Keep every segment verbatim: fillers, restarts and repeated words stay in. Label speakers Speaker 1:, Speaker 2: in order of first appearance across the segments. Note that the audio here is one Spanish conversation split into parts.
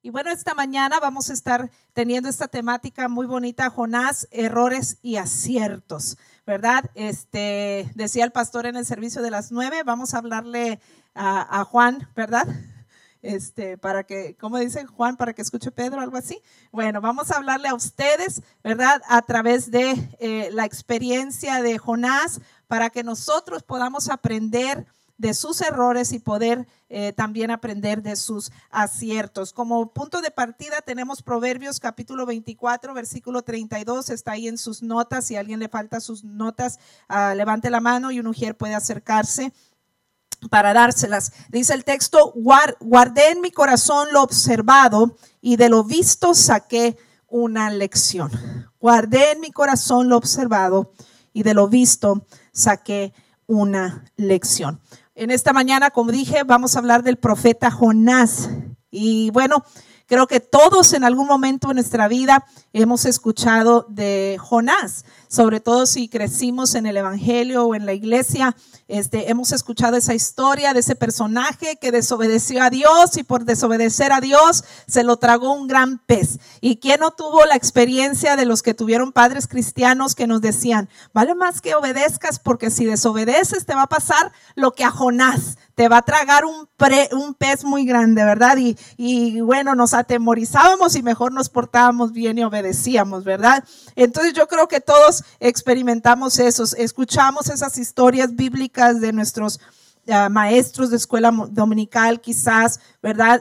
Speaker 1: Y bueno, esta mañana vamos a estar teniendo esta temática muy bonita, Jonás, errores y aciertos, ¿verdad? Este, decía el pastor en el servicio de las nueve, vamos a hablarle a, a Juan, ¿verdad? Este, para que, ¿cómo dice Juan? Para que escuche Pedro, algo así. Bueno, vamos a hablarle a ustedes, ¿verdad? A través de eh, la experiencia de Jonás, para que nosotros podamos aprender de sus errores y poder eh, también aprender de sus aciertos. Como punto de partida tenemos Proverbios capítulo veinticuatro, versículo treinta y dos, está ahí en sus notas. Si a alguien le falta sus notas, uh, levante la mano y un ujier puede acercarse para dárselas. Dice el texto: guardé en mi corazón lo observado y de lo visto saqué una lección. Guardé en mi corazón lo observado y de lo visto saqué una lección. En esta mañana, como dije, vamos a hablar del profeta Jonás. Y bueno, creo que todos en algún momento en nuestra vida hemos escuchado de Jonás, sobre todo si crecimos en el evangelio o en la iglesia. Este, hemos escuchado esa historia de ese personaje que desobedeció a Dios y por desobedecer a Dios se lo tragó un gran pez. ¿Y quién no tuvo la experiencia de los que tuvieron padres cristianos que nos decían: vale más que obedezcas, porque si desobedeces te va a pasar lo que a Jonás, te va a tragar un, pre, un pez muy grande, ¿verdad? Y, y bueno, nos atemorizábamos y mejor nos portábamos bien y obedecíamos, ¿verdad? Entonces yo creo que todos experimentamos eso, escuchamos esas historias bíblicas de nuestros uh, maestros de escuela dominical, quizás, ¿verdad?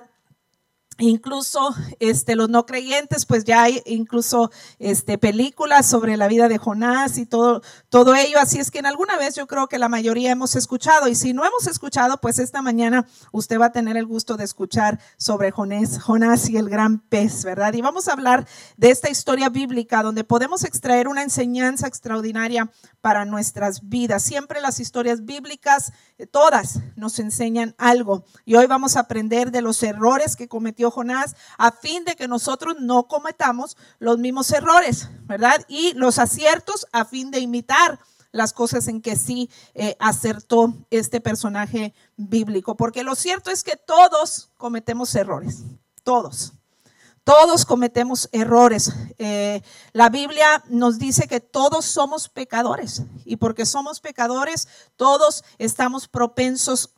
Speaker 1: Incluso este, los no creyentes, pues ya hay incluso este, películas sobre la vida de Jonás y todo, todo ello. Así es que en alguna vez yo creo que la mayoría hemos escuchado, y si no hemos escuchado, pues esta mañana usted va a tener el gusto de escuchar sobre Jonás, Jonás y el gran pez, ¿verdad? Y vamos a hablar de esta historia bíblica donde podemos extraer una enseñanza extraordinaria para nuestras vidas. Siempre las historias bíblicas, todas nos enseñan algo, y hoy vamos a aprender de los errores que cometió Jonás, a fin de que nosotros no cometamos los mismos errores, ¿verdad? Y los aciertos, a fin de imitar las cosas en que sí eh, acertó este personaje bíblico. Porque lo cierto es que todos cometemos errores, todos. Todos cometemos errores. Eh, la Biblia nos dice que todos somos pecadores, y porque somos pecadores, todos estamos propensos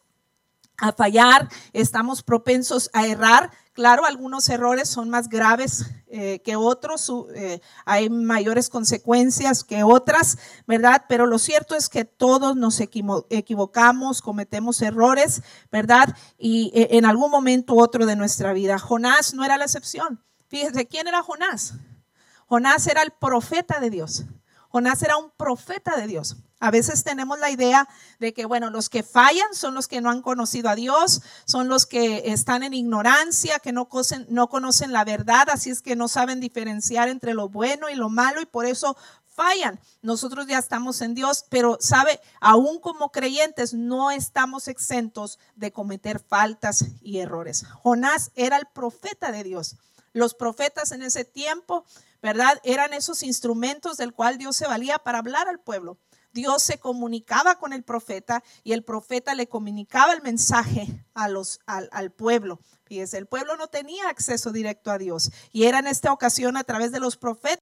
Speaker 1: a fallar, estamos propensos a errar. Claro, algunos errores son más graves eh, que otros, eh, hay mayores consecuencias que otras, ¿verdad? Pero lo cierto es que todos nos equivo- equivocamos, cometemos errores, ¿verdad? Y eh, en algún momento u otro de nuestra vida. Jonás no era la excepción. Fíjense, ¿quién era Jonás? Jonás era el profeta de Dios. Jonás era un profeta de Dios. A veces tenemos la idea de que, bueno, los que fallan son los que no han conocido a Dios, son los que están en ignorancia, que no conocen, no conocen la verdad, así es que no saben diferenciar entre lo bueno y lo malo y por eso fallan. Nosotros ya estamos en Dios, pero sabe, aún como creyentes no estamos exentos de cometer faltas y errores. Jonás era el profeta de Dios. Los profetas en ese tiempo, ¿verdad?, eran esos instrumentos del cual Dios se valía para hablar al pueblo. Dios se comunicaba con el profeta y el profeta le comunicaba el mensaje a los, al, al pueblo. Fíjese, el pueblo no tenía acceso directo a Dios y era en esta ocasión a través de los profetas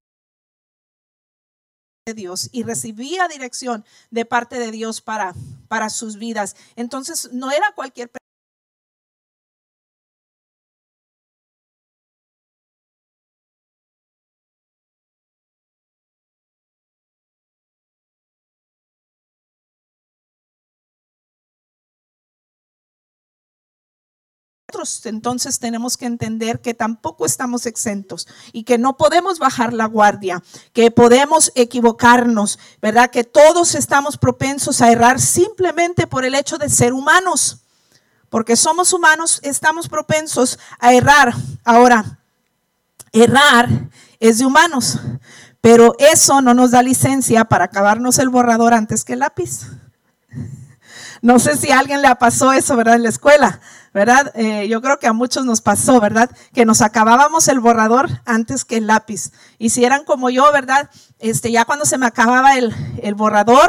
Speaker 1: de Dios, y recibía dirección de parte de Dios para, para sus vidas. Entonces no era cualquier persona. Entonces tenemos que entender que tampoco estamos exentos y que no podemos bajar la guardia, que podemos equivocarnos, ¿verdad? Que todos estamos propensos a errar simplemente por el hecho de ser humanos, porque somos humanos, estamos propensos a errar. Ahora, errar es de humanos, pero eso no nos da licencia para acabarnos el borrador antes que el lápiz. No sé si a alguien le pasó eso, ¿verdad? En la escuela, ¿verdad? Eh, yo creo que a muchos nos pasó, ¿verdad? Que nos acabábamos el borrador antes que el lápiz. Y si eran como yo, ¿verdad? Este, ya cuando se me acababa el, el borrador,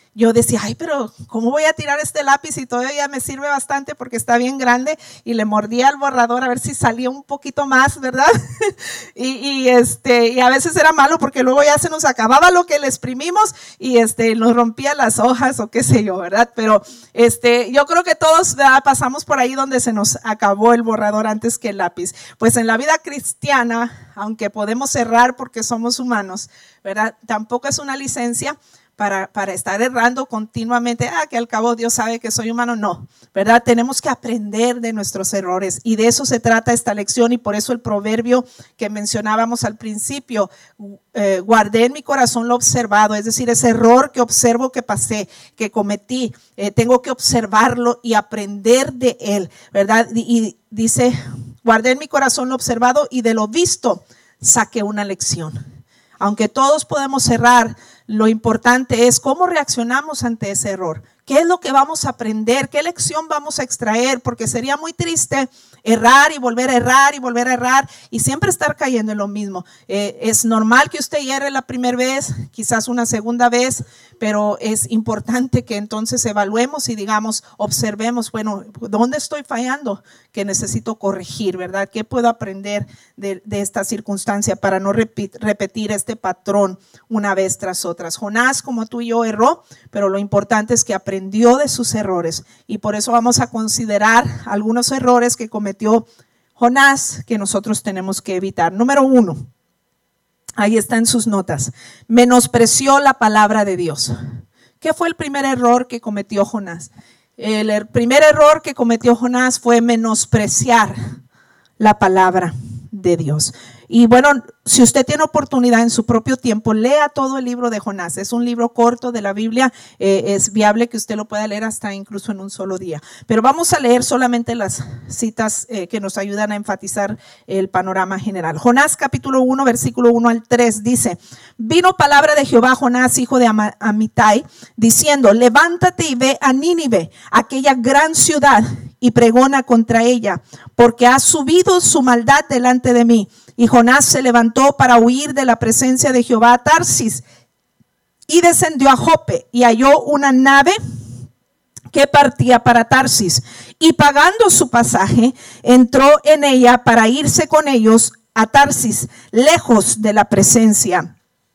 Speaker 1: yo decía, ay, pero ¿cómo voy a tirar este lápiz si todavía me sirve bastante porque está bien grande? Y le mordía al borrador a ver si salía un poquito más, ¿verdad? y, y, este, y a veces era malo porque luego ya se nos acababa lo que le exprimimos y este, nos rompía las hojas o qué sé yo, ¿verdad? Pero este, yo creo que todos, ¿verdad?, pasamos por ahí donde se nos acabó el borrador antes que el lápiz. Pues en la vida cristiana, aunque podemos errar porque somos humanos, ¿verdad?, tampoco es una licencia Para, para estar errando continuamente, ah, que al cabo Dios sabe que soy humano. No, ¿verdad? Tenemos que aprender de nuestros errores y de eso se trata esta lección, y por eso el proverbio que mencionábamos al principio, eh, guardé en mi corazón lo observado, es decir, ese error que observo que pasé, que cometí, eh, tengo que observarlo y aprender de él, ¿verdad? Y, y dice, guardé en mi corazón lo observado y de lo visto saqué una lección. Aunque todos podemos errar, lo importante es cómo reaccionamos ante ese error. ¿Qué es lo que vamos a aprender? ¿Qué lección vamos a extraer? Porque sería muy triste errar y volver a errar y volver a errar y siempre estar cayendo en lo mismo. Eh, es normal que usted erre la primera vez, quizás una segunda vez, pero es importante que entonces evaluemos y digamos, observemos, bueno, ¿dónde estoy fallando? Que necesito corregir, ¿verdad? ¿Qué puedo aprender de, de esta circunstancia para no repetir, repetir este patrón una vez tras otra? Jonás, como tú y yo, erró, pero lo importante es que aprendió de sus errores, y por eso vamos a considerar algunos errores que cometió Jonás que nosotros tenemos que evitar. Número uno, ahí está en sus notas, menospreció la palabra de Dios. ¿Qué fue el primer error que cometió Jonás? El er- primer error que cometió Jonás fue menospreciar la palabra de Dios. Y bueno, si usted tiene oportunidad en su propio tiempo, lea todo el libro de Jonás. Es un libro corto de la Biblia, eh, es viable que usted lo pueda leer hasta incluso en un solo día. Pero vamos a leer solamente las citas eh, que nos ayudan a enfatizar el panorama general. Jonás capítulo uno, versículo uno al tres dice, vino palabra de Jehová a Jonás, hijo de Am- Amitai, diciendo, levántate y ve a Nínive, aquella gran ciudad, y pregona contra ella, porque ha subido su maldad delante de mí. Y Jonás se levantó para huir de la presencia de Jehová a Tarsis y descendió a Jope y halló una nave que partía para Tarsis, y pagando su pasaje entró en ella para irse con ellos a Tarsis, lejos de la presencia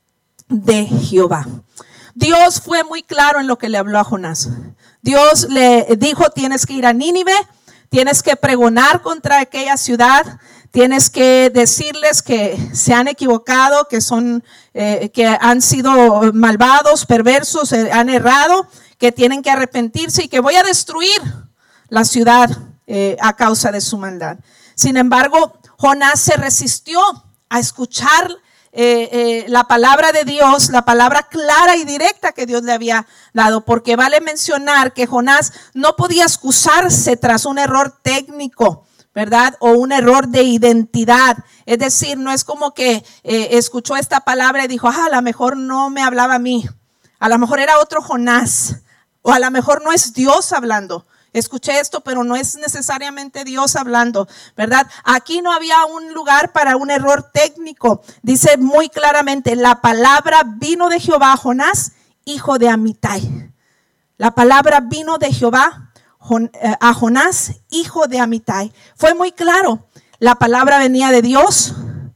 Speaker 1: de Jehová. Dios fue muy claro en lo que le habló a Jonás. Dios le dijo, tienes que ir a Nínive, tienes que pregonar contra aquella ciudad, tienes que decirles que se han equivocado, que son, eh, que han sido malvados, perversos, eh, han errado, que tienen que arrepentirse y que voy a destruir la ciudad eh, a causa de su maldad. Sin embargo, Jonás se resistió a escuchar Eh, eh, la palabra de Dios, la palabra clara y directa que Dios le había dado, porque vale mencionar que Jonás no podía excusarse tras un error técnico, ¿verdad? O un error de identidad. Es decir, no es como que eh, escuchó esta palabra y dijo, ah, a lo mejor no me hablaba a mí, a lo mejor era otro Jonás, o a lo mejor no es Dios hablando. Escuché esto, pero no es necesariamente Dios hablando, ¿verdad? Aquí no había un lugar para un error técnico. Dice muy claramente, la palabra vino de Jehová a Jonás, hijo de Amitai. La palabra vino de Jehová a Jonás, hijo de Amitai. Fue muy claro. La palabra venía de Dios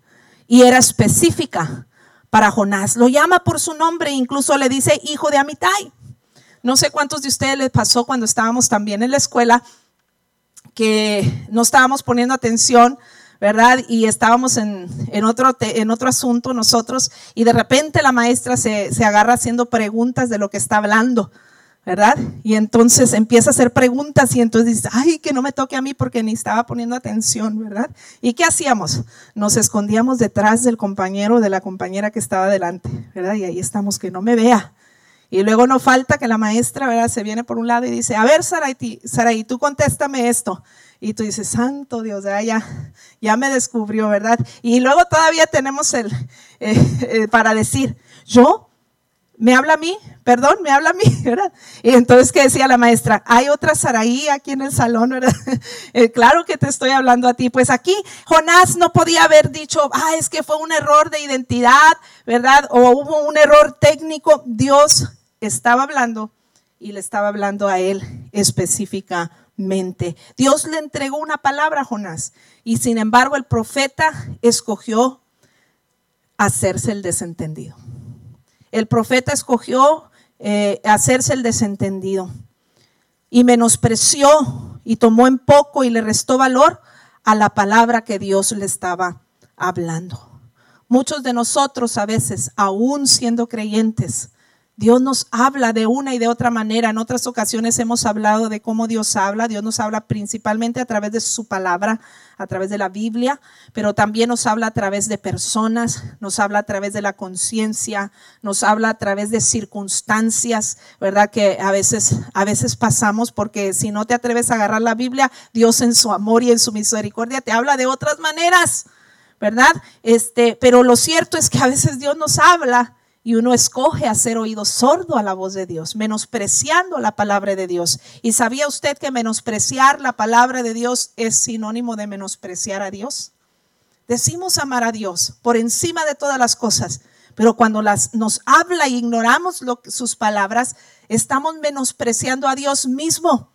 Speaker 1: y era específica para Jonás. Lo llama por su nombre, incluso le dice hijo de Amitai. No sé cuántos de ustedes les pasó cuando estábamos también en la escuela que no estábamos poniendo atención, ¿verdad? Y estábamos en, en, otro, en otro asunto nosotros, y de repente la maestra se, se agarra haciendo preguntas de lo que está hablando, ¿verdad? Y entonces empieza a hacer preguntas y entonces dice, ay, que no me toque a mí porque ni estaba poniendo atención, ¿verdad? ¿Y qué hacíamos? Nos escondíamos detrás del compañero o de la compañera que estaba delante, ¿verdad? Y ahí estamos, que no me vea. Y luego no falta que la maestra, ¿verdad?, se viene por un lado y dice, a ver, Saraí, Saraí, tú contéstame esto. Y tú dices, santo Dios, ya, ya me descubrió, ¿verdad? Y luego todavía tenemos el, eh, eh, para decir, ¿yo? ¿Me habla a mí? Perdón, ¿me habla a mí? ¿Verdad? Y entonces, ¿qué decía la maestra? Hay otra Saraí aquí en el salón, ¿verdad? Eh, claro que te estoy hablando a ti. Pues aquí Jonás no podía haber dicho, ah, es que fue un error de identidad, ¿verdad? O hubo un error técnico. Dios estaba hablando y le estaba hablando a él específicamente. Dios le entregó una palabra a Jonás y sin embargo el profeta escogió hacerse el desentendido. El profeta escogió eh, hacerse el desentendido y menospreció y tomó en poco y le restó valor a la palabra que Dios le estaba hablando. Muchos de nosotros a veces, aún siendo creyentes, Dios nos habla de una y de otra manera. En otras ocasiones hemos hablado de cómo Dios habla. Dios nos habla principalmente a través de su palabra, a través de la Biblia, pero también nos habla a través de personas, nos habla a través de la conciencia, nos habla a través de circunstancias, ¿verdad? Que a veces, a veces pasamos, porque si no te atreves a agarrar la Biblia, Dios en su amor y en su misericordia te habla de otras maneras, ¿verdad? Este, pero lo cierto es que a veces Dios nos habla y uno escoge hacer oído sordo a la voz de Dios, menospreciando la palabra de Dios. ¿Y sabía usted que menospreciar la palabra de Dios es sinónimo de menospreciar a Dios? Decimos amar a Dios por encima de todas las cosas, pero cuando las, nos habla e ignoramos lo, sus palabras, estamos menospreciando a Dios mismo.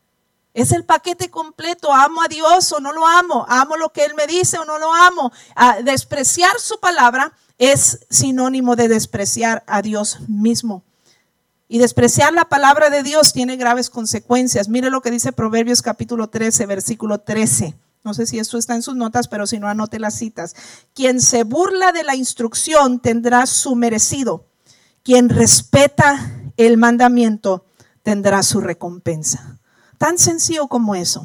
Speaker 1: Es el paquete completo. ¿Amo a Dios o no lo amo? ¿Amo lo que Él me dice o no lo amo? A despreciar su palabra es sinónimo de despreciar a Dios mismo. Y despreciar la palabra de Dios tiene graves consecuencias. Mire lo que dice Proverbios capítulo trece, versículo trece. No sé si esto está en sus notas, pero si no, anote las citas. Quien se burla de la instrucción tendrá su merecido. Quien respeta el mandamiento tendrá su recompensa. Tan sencillo como eso.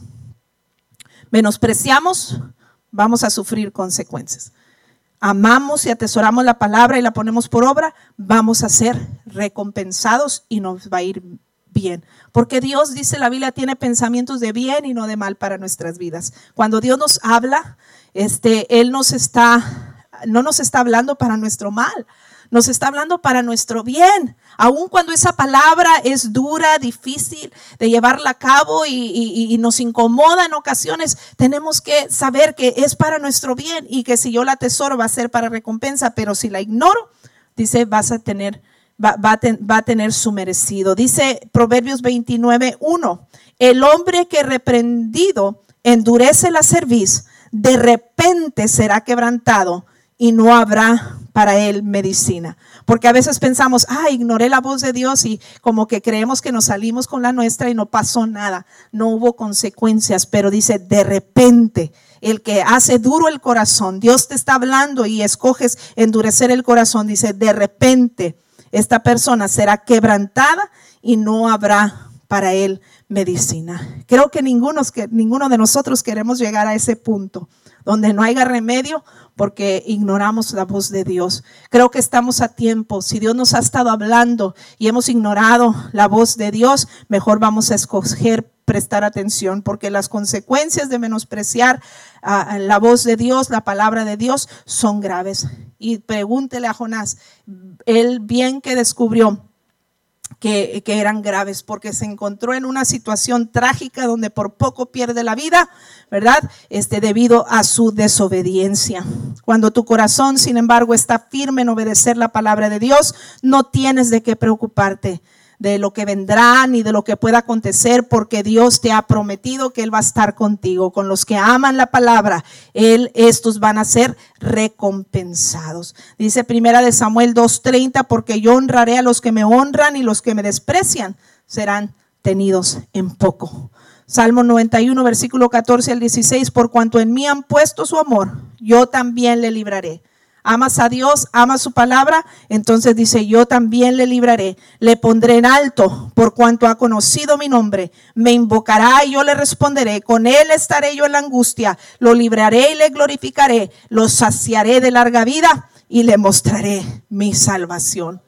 Speaker 1: Menospreciamos, vamos a sufrir consecuencias. Amamos y atesoramos la palabra y la ponemos por obra, vamos a ser recompensados y nos va a ir bien. Porque Dios, dice la Biblia, tiene pensamientos de bien y no de mal para nuestras vidas. Cuando Dios nos habla, este, Él nos está, no nos está hablando para nuestro mal. Nos está hablando para nuestro bien, aun cuando esa palabra es dura, difícil de llevarla a cabo y, y, y nos incomoda en ocasiones. Tenemos que saber que es para nuestro bien y que si yo la atesoro va a ser para recompensa, pero si la ignoro, dice, vas a tener, va, va, a, ten, va a tener su merecido. Dice Proverbios veintinueve, uno, el hombre que reprendido endurece la cerviz, de repente será quebrantado y no habrá para él medicina. Porque a veces pensamos, ah, ignoré la voz de Dios y como que creemos que nos salimos con la nuestra y no pasó nada, no hubo consecuencias. Pero dice, de repente, el que hace duro el corazón, Dios te está hablando y escoges endurecer el corazón, dice, de repente esta persona será quebrantada y no habrá para él medicina. Creo que ninguno, que ninguno de nosotros queremos llegar a ese punto donde no haya remedio porque ignoramos la voz de Dios. Creo que estamos a tiempo. Si Dios nos ha estado hablando y hemos ignorado la voz de Dios, mejor vamos a escoger prestar atención, porque las consecuencias de menospreciar uh, la voz de Dios, la palabra de Dios, son graves. Y pregúntele a Jonás, él bien que descubrió Que, que eran graves, porque se encontró en una situación trágica donde por poco pierde la vida, ¿verdad? Este, debido a su desobediencia. Cuando tu corazón, sin embargo, está firme en obedecer la palabra de Dios, no tienes de qué preocuparte de lo que vendrá ni de lo que pueda acontecer, porque Dios te ha prometido que Él va a estar contigo. Con los que aman la palabra, Él, estos van a ser recompensados. Dice Primera de Samuel dos treinta, porque yo honraré a los que me honran y los que me desprecian serán tenidos en poco. Salmo noventa y uno, versículo catorce al dieciséis, por cuanto en mí han puesto su amor, yo también le libraré. Amas a Dios, amas su palabra, entonces dice, yo también le libraré, le pondré en alto por cuanto ha conocido mi nombre, me invocará y yo le responderé, con él estaré yo en la angustia, lo libraré y le glorificaré, lo saciaré de larga vida y le mostraré mi salvación.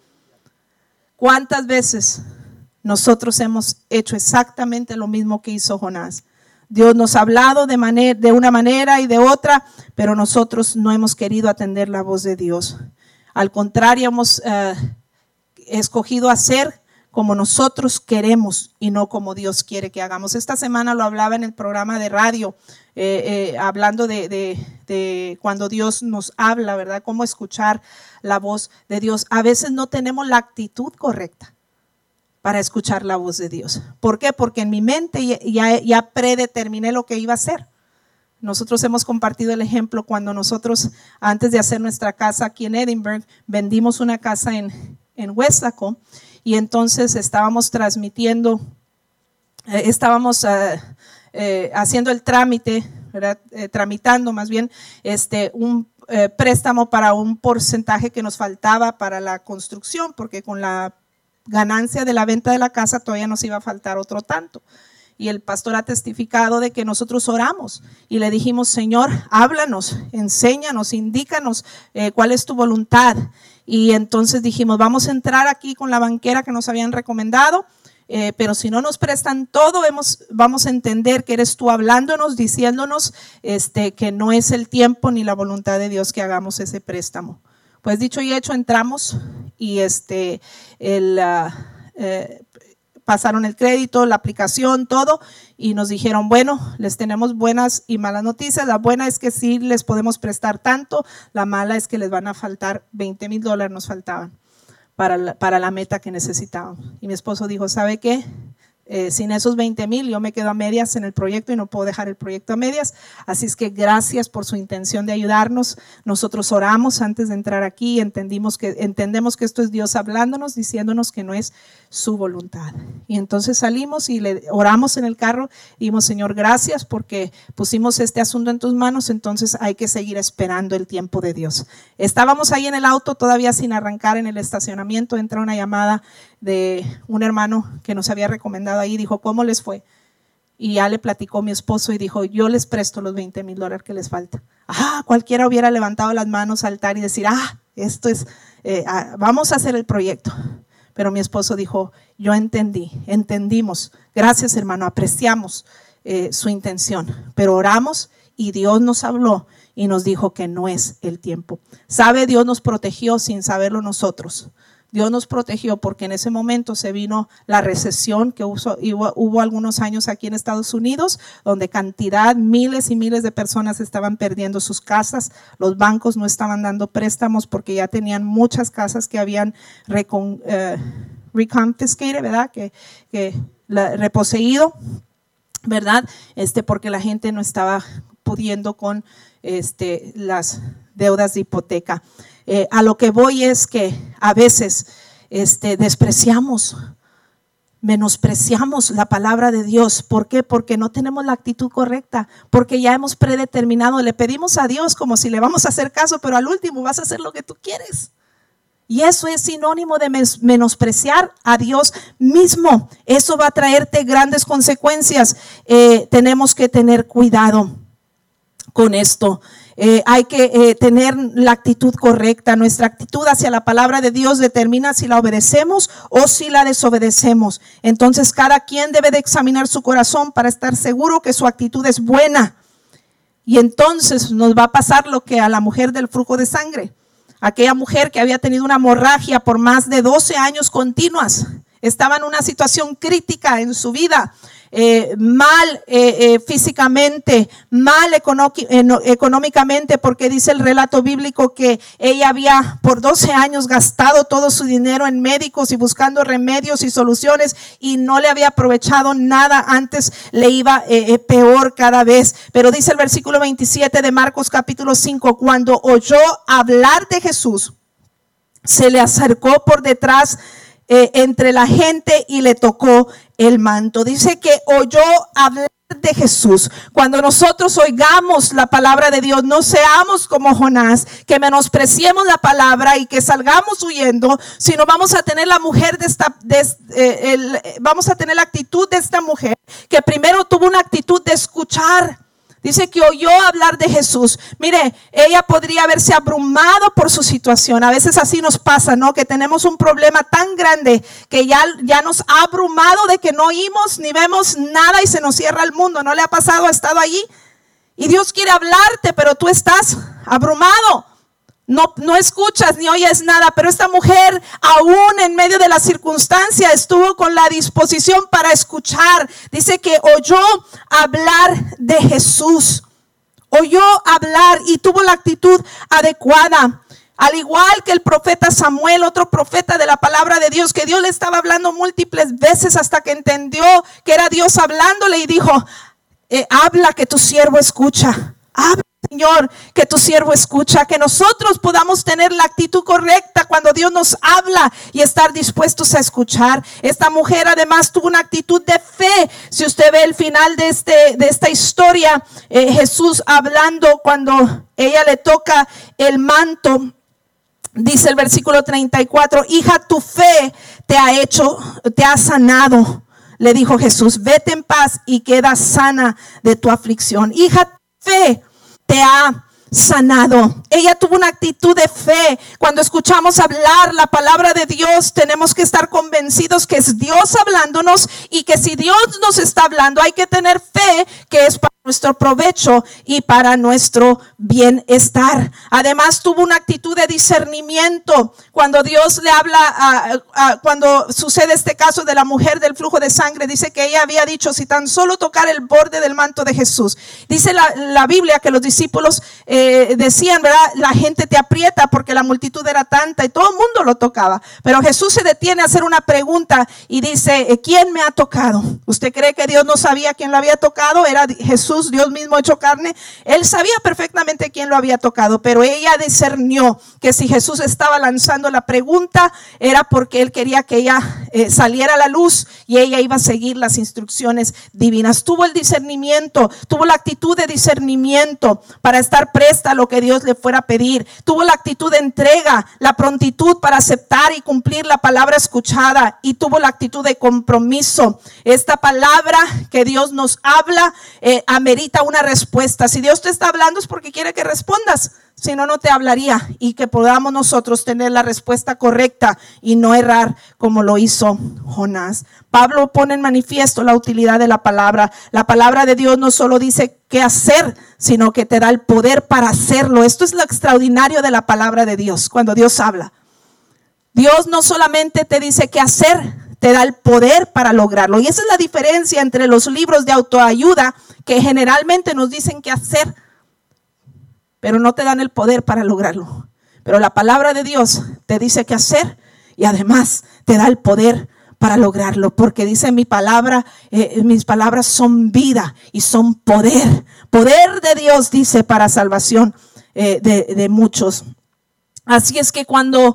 Speaker 1: ¿Cuántas veces nosotros hemos hecho exactamente lo mismo que hizo Jonás? Dios nos ha hablado de, manera, de una manera y de otra, pero nosotros no hemos querido atender la voz de Dios. Al contrario, hemos uh, escogido hacer como nosotros queremos y no como Dios quiere que hagamos. Esta semana lo hablaba en el programa de radio, eh, eh, hablando de, de, de cuando Dios nos habla, ¿verdad? Cómo escuchar la voz de Dios. A veces no tenemos la actitud correcta. para escuchar la voz de Dios. ¿Por qué? Porque en mi mente ya, ya, ya predeterminé lo que iba a hacer. Nosotros hemos compartido el ejemplo cuando nosotros, antes de hacer nuestra casa aquí en Edinburgh, vendimos una casa en, en Westlaco y entonces estábamos transmitiendo, eh, estábamos uh, eh, haciendo el trámite, ¿verdad? Eh, tramitando más bien este, un eh, préstamo para un porcentaje que nos faltaba para la construcción, porque con la ganancia de la venta de la casa todavía nos iba a faltar otro tanto. Y el pastor ha testificado de que nosotros oramos y le dijimos, Señor, háblanos, enséñanos, indícanos eh, cuál es tu voluntad. Y entonces dijimos, vamos a entrar aquí con la banquera que nos habían recomendado, eh, pero si no nos prestan todo, hemos, vamos a entender que eres tú hablándonos, diciéndonos este, que no es el tiempo ni la voluntad de Dios que hagamos ese préstamo. Pues dicho y hecho, entramos y este, el... Uh, eh, pasaron el crédito, la aplicación, todo, y nos dijeron, bueno, les tenemos buenas y malas noticias. La buena es que sí les podemos prestar tanto, la mala es que les van a faltar veinte mil dólares, nos faltaban para la, para la meta que necesitaban. Y mi esposo dijo, ¿sabe qué? Eh, sin esos veinte mil yo me quedo a medias en el proyecto y no puedo dejar el proyecto a medias, así es que gracias por su intención de ayudarnos. Nosotros oramos antes de entrar aquí, entendimos que, entendemos que esto es Dios hablándonos, diciéndonos que no es su voluntad. Y entonces salimos y le oramos en el carro y dijimos, Señor, gracias porque pusimos este asunto en tus manos, entonces hay que seguir esperando el tiempo de Dios. Estábamos ahí en el auto todavía sin arrancar en el estacionamiento, entra una llamada de un hermano que nos había recomendado ahí, dijo, ¿cómo les fue? Y ya le platicó mi esposo y dijo, yo les presto los veinte mil dólares que les falta. Ah, cualquiera hubiera levantado las manos, saltar y decir, ah, esto es, eh, ah, vamos a hacer el proyecto. Pero mi esposo dijo, yo entendí, entendimos, gracias hermano, apreciamos eh, su intención, pero oramos y Dios nos habló y nos dijo que no es el tiempo. ¿Sabe? Dios nos protegió sin saberlo nosotros. Dios nos protegió porque en ese momento se vino la recesión que hubo, hubo, hubo algunos años aquí en Estados Unidos, donde cantidad, miles y miles de personas estaban perdiendo sus casas. Los bancos no estaban dando préstamos porque ya tenían muchas casas que habían recon, eh, reconfiscated, ¿verdad? Que, que la, reposeído, ¿verdad? Este, porque la gente no estaba pudiendo con este, las deudas de hipoteca. Eh, a lo que voy es que a veces este, despreciamos, menospreciamos la palabra de Dios. ¿Por qué? Porque no tenemos la actitud correcta, porque ya hemos predeterminado, le pedimos a Dios como si le vamos a hacer caso, pero al último vas a hacer lo que tú quieres. Y eso es sinónimo de menospreciar a Dios mismo. Eso va a traerte grandes consecuencias. Eh, tenemos que tener cuidado con esto. Eh, hay que eh, tener la actitud correcta. Nuestra actitud hacia la palabra de Dios determina si la obedecemos o si la desobedecemos. Entonces cada quien debe de examinar su corazón para estar seguro que su actitud es buena. Y entonces nos va a pasar lo que a la mujer del flujo de sangre. Aquella mujer que había tenido una hemorragia por más de doce años continuas. Estaba en una situación crítica en su vida. Eh, mal eh, eh, físicamente, mal económicamente, porque dice el relato bíblico que ella había por doce años gastado todo su dinero en médicos y buscando remedios y soluciones y no le había aprovechado nada, antes le iba eh, eh, peor cada vez. Pero dice el versículo veintisiete de Marcos capítulo cinco, cuando oyó hablar de Jesús, se le acercó por detrás Eh, entre la gente y le tocó el manto. Dice que oyó hablar de Jesús. Cuando nosotros oigamos la palabra de Dios, no seamos como Jonás, que menospreciemos la palabra y que salgamos huyendo, sino vamos a tener la mujer de esta, de, eh, el, vamos a tener la actitud de esta mujer, que primero tuvo una actitud de escuchar. Dice que oyó hablar de Jesús. Mire, ella podría haberse abrumado por su situación. A veces así nos pasa, ¿no? Que tenemos un problema tan grande que ya, ya nos ha abrumado de que no oímos ni vemos nada y se nos cierra el mundo. ¿No le ha pasado? ¿Ha estado allí? Y Dios quiere hablarte, pero tú estás abrumado. No, no escuchas ni oyes nada, pero esta mujer aún en medio de la circunstancia estuvo con la disposición para escuchar. Dice que oyó hablar de Jesús, oyó hablar y tuvo la actitud adecuada. Al igual que el profeta Samuel, otro profeta de la palabra de Dios, que Dios le estaba hablando múltiples veces hasta que entendió que era Dios hablándole y dijo, eh, habla que tu siervo escucha. Habla, Señor, que tu siervo escucha. Que nosotros podamos tener la actitud correcta cuando Dios nos habla y estar dispuestos a escuchar. Esta mujer además tuvo una actitud de fe. Si usted ve el final de, este, de esta historia, eh, Jesús hablando cuando ella le toca el manto. Dice el versículo treinta y cuatro, hija, tu fe te ha hecho, te ha sanado. Le dijo Jesús, vete en paz y queda sana de tu aflicción. Hija, tu fe te ha sanado. Ella tuvo una actitud de fe. Cuando escuchamos hablar la palabra de Dios, tenemos que estar convencidos que es Dios hablándonos y que si Dios nos está hablando, hay que tener fe que es para nuestro provecho y para nuestro bienestar. Además tuvo una actitud de discernimiento. Cuando Dios le habla, a, a, cuando sucede este caso de la mujer del flujo de sangre, dice que ella había dicho, si tan solo tocar el borde del manto de Jesús. Dice la, la Biblia que los discípulos eh, decían, ¿verdad? La gente te aprieta porque la multitud era tanta y todo el mundo lo tocaba. Pero Jesús se detiene a hacer una pregunta y dice, ¿quién me ha tocado? ¿Usted cree que Dios no sabía quién lo había tocado? Era Jesús. Dios mismo hecho carne. Él sabía perfectamente quién lo había tocado, pero ella discernió que si Jesús estaba lanzando la pregunta era porque él quería que ella eh, saliera a la luz y ella iba a seguir las instrucciones divinas. Tuvo el discernimiento, tuvo la actitud de discernimiento para estar presta a lo que Dios le fuera a pedir. Tuvo la actitud de entrega, la prontitud para aceptar y cumplir la palabra escuchada, y tuvo la actitud de compromiso. Esta palabra que Dios nos habla eh, amerita una respuesta. Si Dios te está hablando es porque quiere que respondas, si no, no te hablaría, y que podamos nosotros tener la respuesta correcta y no errar como lo hizo Jonás. Pablo pone en manifiesto la utilidad de la palabra. La palabra de Dios no solo dice qué hacer, sino que te da el poder para hacerlo. Esto es lo extraordinario de la palabra de Dios. Cuando Dios habla, Dios no solamente te dice qué hacer, te da el poder para lograrlo. Y esa es la diferencia entre los libros de autoayuda, que generalmente nos dicen qué hacer, pero no te dan el poder para lograrlo. Pero la palabra de Dios te dice qué hacer y además te da el poder para lograrlo, porque dice mi palabra, eh, mis palabras son vida y son poder. Poder de Dios, dice, para salvación eh, de, de muchos. Así es que cuando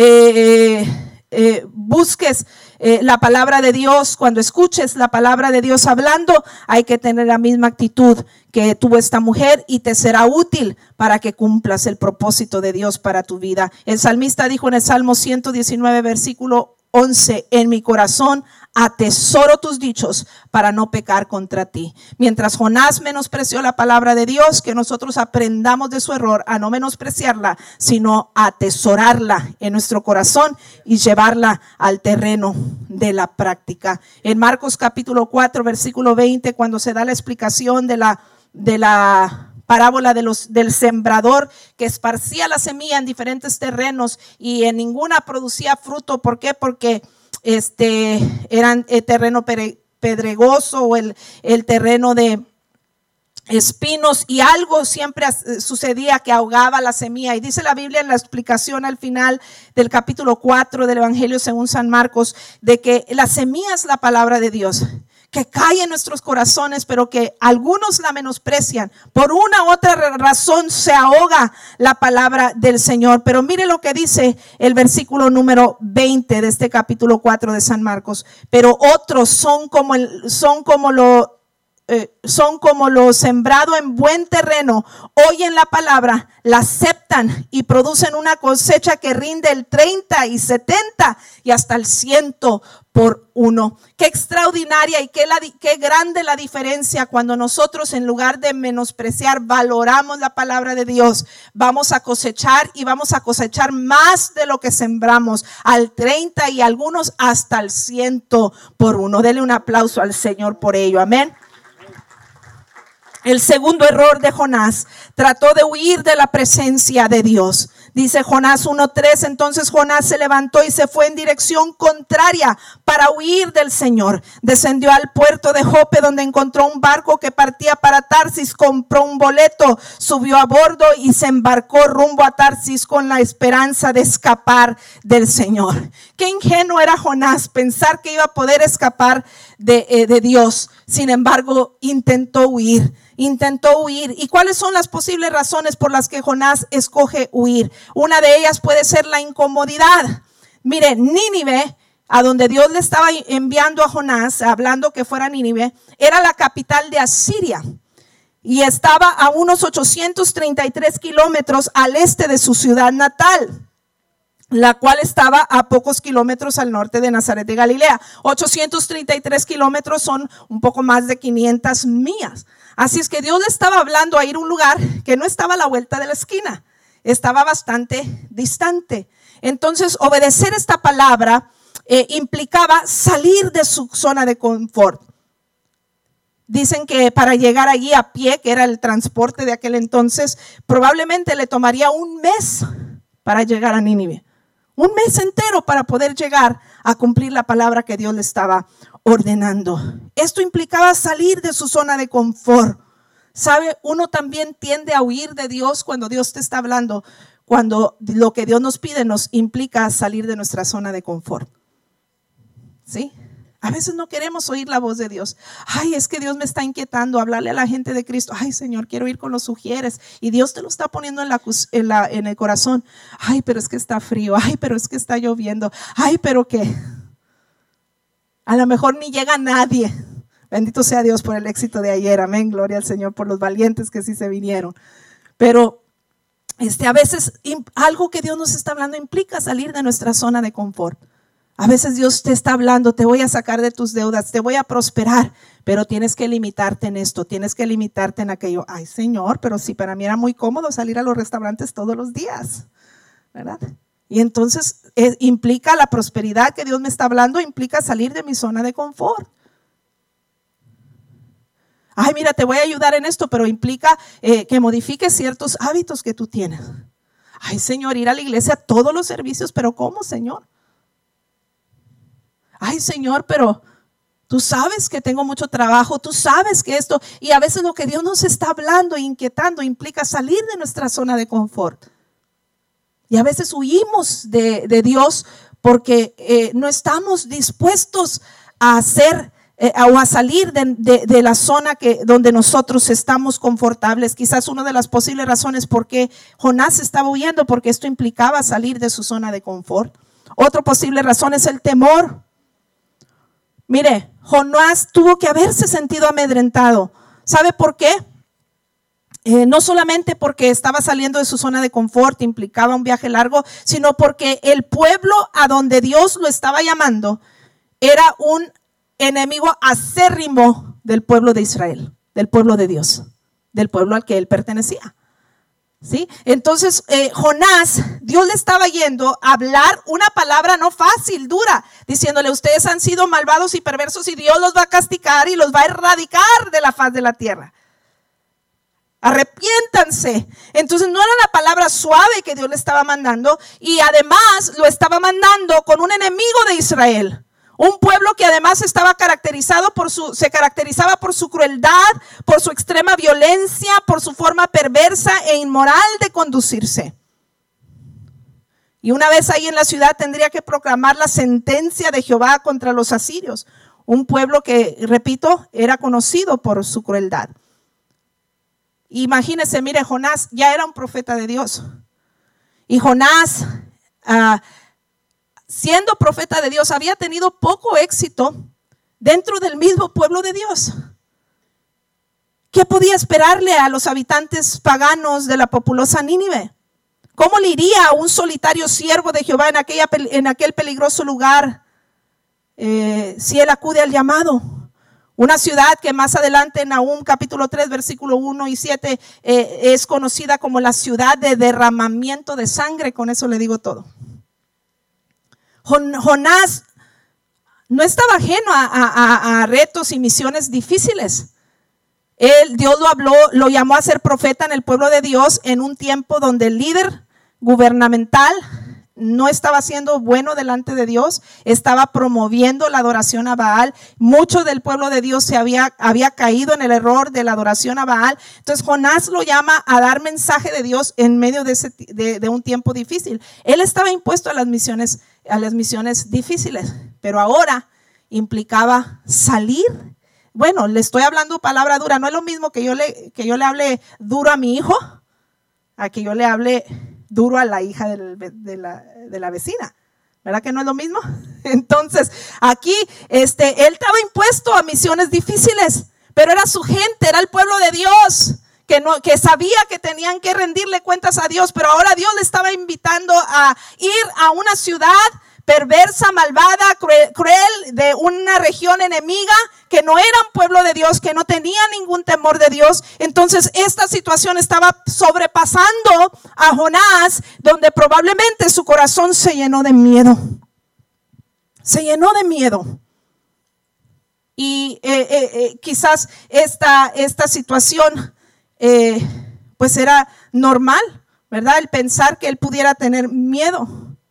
Speaker 1: eh, eh, busques Eh, la palabra de Dios, cuando escuches la palabra de Dios hablando, hay que tener la misma actitud que tuvo esta mujer y te será útil para que cumplas el propósito de Dios para tu vida. El salmista dijo en el Salmo ciento diecinueve, versículo once, en mi corazón atesoro tus dichos para no pecar contra ti. Mientras Jonás menospreció la palabra de Dios, que nosotros aprendamos de su error a no menospreciarla, sino a atesorarla en nuestro corazón y llevarla al terreno de la práctica. En Marcos capítulo cuatro, versículo veinte, cuando se da la explicación de la, de la parábola de los, del sembrador que esparcía la semilla en diferentes terrenos y en ninguna producía fruto. ¿Por qué? Porque este eran el terreno pedregoso o el, el terreno de espinos, y algo siempre sucedía que ahogaba la semilla. Y dice la Biblia en la explicación al final del capítulo cuatro del Evangelio según San Marcos, de que la semilla es la palabra de Dios, que cae en nuestros corazones, pero que algunos la menosprecian. Por una u otra razón se ahoga la palabra del Señor. Pero mire lo que dice el versículo número veinte de este capítulo cuatro de San Marcos. Pero otros son como, el, son como lo Eh, son como lo sembrado en buen terreno, oyen la palabra, la aceptan y producen una cosecha que rinde el treinta y setenta y hasta el ciento por uno. Qué extraordinaria y qué, la, qué grande la diferencia cuando nosotros, en lugar de menospreciar, valoramos la palabra de Dios. Vamos a cosechar y vamos a cosechar más de lo que sembramos, al treinta y algunos hasta el ciento por uno. Dele un aplauso al Señor por ello. Amén. El segundo error de Jonás, trató de huir de la presencia de Dios. Dice Jonás uno tres, entonces Jonás se levantó y se fue en dirección contraria para huir del Señor. Descendió al puerto de Jope, donde encontró un barco que partía para Tarsis, compró un boleto, subió a bordo y se embarcó rumbo a Tarsis con la esperanza de escapar del Señor. Qué ingenuo era Jonás pensar que iba a poder escapar de, eh, de Dios. Sin embargo, intentó huir. Intentó huir. ¿Y cuáles son las posibles razones por las que Jonás escoge huir? Una de ellas puede ser la incomodidad. Mire, Nínive, a donde Dios le estaba enviando a Jonás, hablando que fuera Nínive, era la capital de Asiria y estaba a unos ochocientos treinta y tres kilómetros al este de su ciudad natal, la cual estaba a pocos kilómetros al norte de Nazaret de Galilea. ochocientos treinta y tres kilómetros son un poco más de quinientas millas. Así es que Dios le estaba hablando a ir a un lugar que no estaba a la vuelta de la esquina, estaba bastante distante. Entonces, obedecer esta palabra eh, implicaba salir de su zona de confort. Dicen que para llegar allí a pie, que era el transporte de aquel entonces, probablemente le tomaría un mes para llegar a Nínive. Un mes entero para poder llegar a cumplir la palabra que Dios le estaba ordenando. Esto implicaba salir de su zona de confort. ¿Sabe? Uno también tiende a huir de Dios cuando Dios te está hablando, cuando lo que Dios nos pide nos implica salir de nuestra zona de confort. ¿Sí? A veces no queremos oír la voz de Dios. Ay, es que Dios me está inquietando, hablarle a la gente de Cristo. Ay, Señor, quiero ir con los sugieres. Y Dios te lo está poniendo en, la, en, la, en el corazón. Ay, pero es que está frío. Ay, pero es que está lloviendo. Ay, pero qué. A lo mejor ni llega nadie. Bendito sea Dios por el éxito de ayer. Amén. Gloria al Señor por los valientes que sí se vinieron. Pero este, a veces algo que Dios nos está hablando implica salir de nuestra zona de confort. A veces Dios te está hablando, te voy a sacar de tus deudas, te voy a prosperar, pero tienes que limitarte en esto, tienes que limitarte en aquello. Ay, Señor, pero sí, para mí era muy cómodo salir a los restaurantes todos los días, ¿verdad? Y entonces eh, implica la prosperidad que Dios me está hablando, implica salir de mi zona de confort. Ay, mira, te voy a ayudar en esto, pero implica eh, que modifiques ciertos hábitos que tú tienes. Ay, Señor, ir a la iglesia a todos los servicios, pero ¿cómo, Señor? Ay, Señor, pero tú sabes que tengo mucho trabajo, tú sabes que esto, y a veces lo que Dios nos está hablando e inquietando implica salir de nuestra zona de confort. Y a veces huimos de, de Dios porque eh, no estamos dispuestos a hacer eh, o a salir de, de, de la zona que, donde nosotros estamos confortables. Quizás una de las posibles razones por qué Jonás estaba huyendo, porque esto implicaba salir de su zona de confort. Otra posible razón es el temor. Mire, Jonás tuvo que haberse sentido amedrentado. ¿Sabe por qué? Eh, no solamente porque estaba saliendo de su zona de confort, implicaba un viaje largo, sino porque el pueblo a donde Dios lo estaba llamando era un enemigo acérrimo del pueblo de Israel, del pueblo de Dios, del pueblo al que él pertenecía. ¿Sí? Entonces eh, Jonás, Dios le estaba yendo a hablar una palabra no fácil, dura, diciéndole: ustedes han sido malvados y perversos y Dios los va a castigar y los va a erradicar de la faz de la tierra. Arrepiéntanse. Entonces no era la palabra suave que Dios le estaba mandando, y además lo estaba mandando con un enemigo de Israel. Un pueblo que además estaba caracterizado por su, se caracterizaba por su crueldad, por su extrema violencia, por su forma perversa e inmoral de conducirse. Y una vez ahí en la ciudad tendría que proclamar la sentencia de Jehová contra los asirios. Un pueblo que, repito, era conocido por su crueldad. Imagínense, mire, Jonás ya era un profeta de Dios. Y Jonás, uh, siendo profeta de Dios, había tenido poco éxito dentro del mismo pueblo de Dios. ¿Qué podía esperarle a los habitantes paganos de la populosa Nínive? ¿Cómo le iría a un solitario siervo de Jehová en, aquella, en aquel peligroso lugar eh, si él acude al llamado? Una ciudad que más adelante en Nahum capítulo tres versículo uno y siete eh, es conocida como la ciudad de derramamiento de sangre. Con eso le digo todo. Jonás no estaba ajeno a, a, a retos y misiones difíciles, Él, Dios lo habló, lo llamó a ser profeta en el pueblo de Dios en un tiempo donde el líder gubernamental no estaba siendo bueno delante de Dios, estaba promoviendo la adoración a Baal. Mucho del pueblo de Dios se había, había caído en el error de la adoración a Baal. Entonces Jonás lo llama a dar mensaje de Dios en medio de, ese, de, de un tiempo difícil. Él estaba impuesto a las misiones, a las misiones difíciles, pero ahora implicaba salir. Bueno, le estoy hablando palabra dura. No es lo mismo que yo le, que yo le hable duro a mi hijo, a que yo le hable duro a la hija del, de, la, de la vecina. ¿Verdad que no es lo mismo? Entonces, aquí este, él estaba impuesto a misiones difíciles, pero era su gente, era el pueblo de Dios, que, no, que sabía que tenían que rendirle cuentas a Dios, pero ahora Dios le estaba invitando a ir a una ciudad perversa, malvada, cruel, cruel, de una región enemiga, que no era un pueblo de Dios, que no tenía ningún temor de Dios. Entonces esta situación estaba sobrepasando a Jonás, donde probablemente su corazón se llenó de miedo. Se llenó de miedo. Y eh, eh, eh, quizás esta, esta situación eh, pues era normal, ¿verdad? El pensar que él pudiera tener miedo.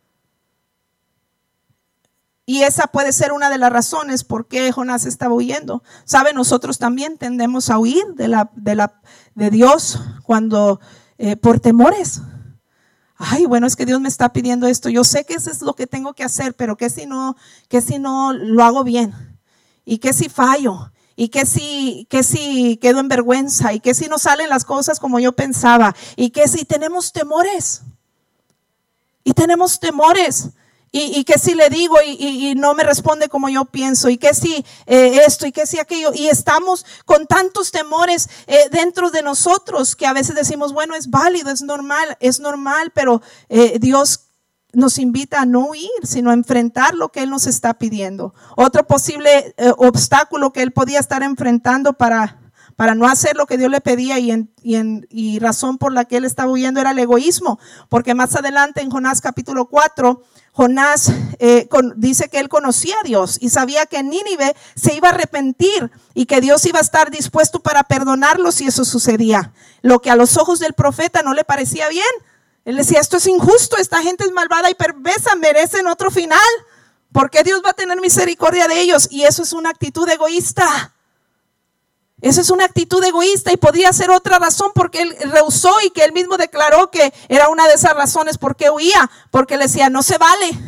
Speaker 1: Y esa puede ser una de las razones por qué Jonás estaba huyendo. ¿Sabe? Nosotros también tendemos a huir de, la, de, la, de Dios cuando eh, por temores. Ay, bueno, es que Dios me está pidiendo esto. Yo sé que eso es lo que tengo que hacer, pero ¿qué si no, qué si no lo hago bien? ¿Y qué si fallo? ¿Y qué si, qué si quedo en vergüenza? ¿Y qué si no salen las cosas como yo pensaba? ¿Y qué si tenemos temores? Y tenemos temores. Y, y que si le digo y, y, y no me responde como yo pienso, y que si eh, esto y que si aquello, y estamos con tantos temores eh, dentro de nosotros que a veces decimos, bueno, es válido, es normal, es normal, pero eh, Dios nos invita a no huir, sino a enfrentar lo que Él nos está pidiendo. Otro posible eh, obstáculo que Él podía estar enfrentando para, para no hacer lo que Dios le pedía y, en, y, en, y razón por la que Él estaba huyendo era el egoísmo, porque más adelante en Jonás capítulo cuatro, Jonás eh, con, dice que él conocía a Dios y sabía que en Nínive se iba a arrepentir y que Dios iba a estar dispuesto para perdonarlo si eso sucedía. Lo que a los ojos del profeta no le parecía bien. Él decía, esto es injusto, esta gente es malvada y perversa, merecen otro final. ¿Por qué Dios va a tener misericordia de ellos? Y eso es una actitud egoísta. Eso es una actitud egoísta y podría ser otra razón porque él rehusó y que él mismo declaró que era una de esas razones por qué huía, porque le decía, no se vale.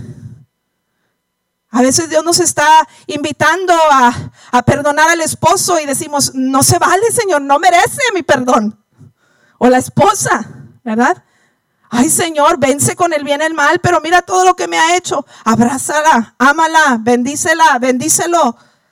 Speaker 1: A veces Dios nos está invitando a, a perdonar al esposo y decimos, no se vale, Señor, no merece mi perdón. O la esposa, ¿verdad? Ay, Señor, vence con el bien y el mal, pero mira todo lo que me ha hecho. Abrázala, ámala, bendícela, bendícelo.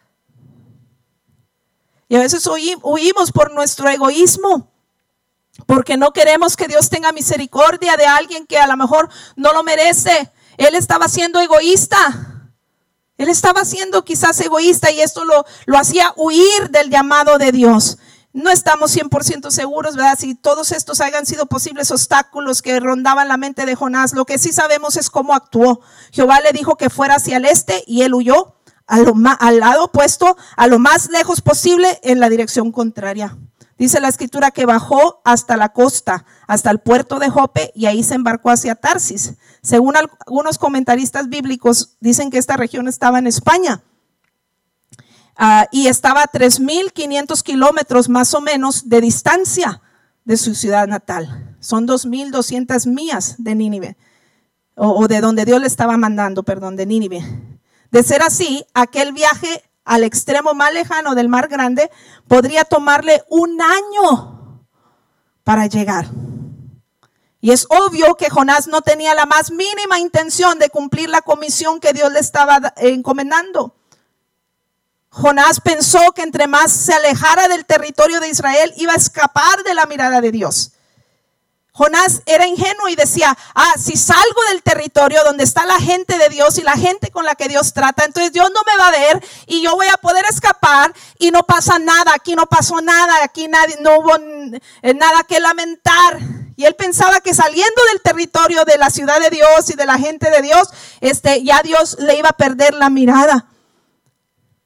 Speaker 1: Y a veces huimos por nuestro egoísmo, porque no queremos que Dios tenga misericordia de alguien que a lo mejor no lo merece. Él estaba siendo egoísta. Él estaba siendo quizás egoísta y esto lo, lo hacía huir del llamado de Dios. No estamos cien por ciento seguros, ¿verdad? Si todos estos hayan sido posibles obstáculos que rondaban la mente de Jonás. Lo que sí sabemos es cómo actuó. Jehová le dijo que fuera hacia el este y él huyó. A lo más, al lado opuesto, a lo más lejos posible, en la dirección contraria. Dice la escritura que bajó hasta la costa, hasta el puerto de Jope, y ahí se embarcó hacia Tarsis. Según algunos comentaristas bíblicos, dicen que esta región estaba en España. Uh, y estaba a tres mil quinientos kilómetros más o menos de distancia de su ciudad natal. Son dos mil doscientas millas de Nínive, o, o de donde Dios le estaba mandando, perdón, de Nínive. De ser así, aquel viaje al extremo más lejano del Mar Grande podría tomarle un año para llegar. Y es obvio que Jonás no tenía la más mínima intención de cumplir la comisión que Dios le estaba encomendando. Jonás pensó que entre más se alejara del territorio de Israel, iba a escapar de la mirada de Dios. Jonás era ingenuo y decía, ah, si salgo del territorio donde está la gente de Dios y la gente con la que Dios trata, entonces Dios no me va a ver y yo voy a poder escapar y no pasa nada, aquí no pasó nada, aquí nadie, no hubo nada que lamentar. Y él pensaba que saliendo del territorio de la ciudad de Dios y de la gente de Dios, este, ya Dios le iba a perder la mirada.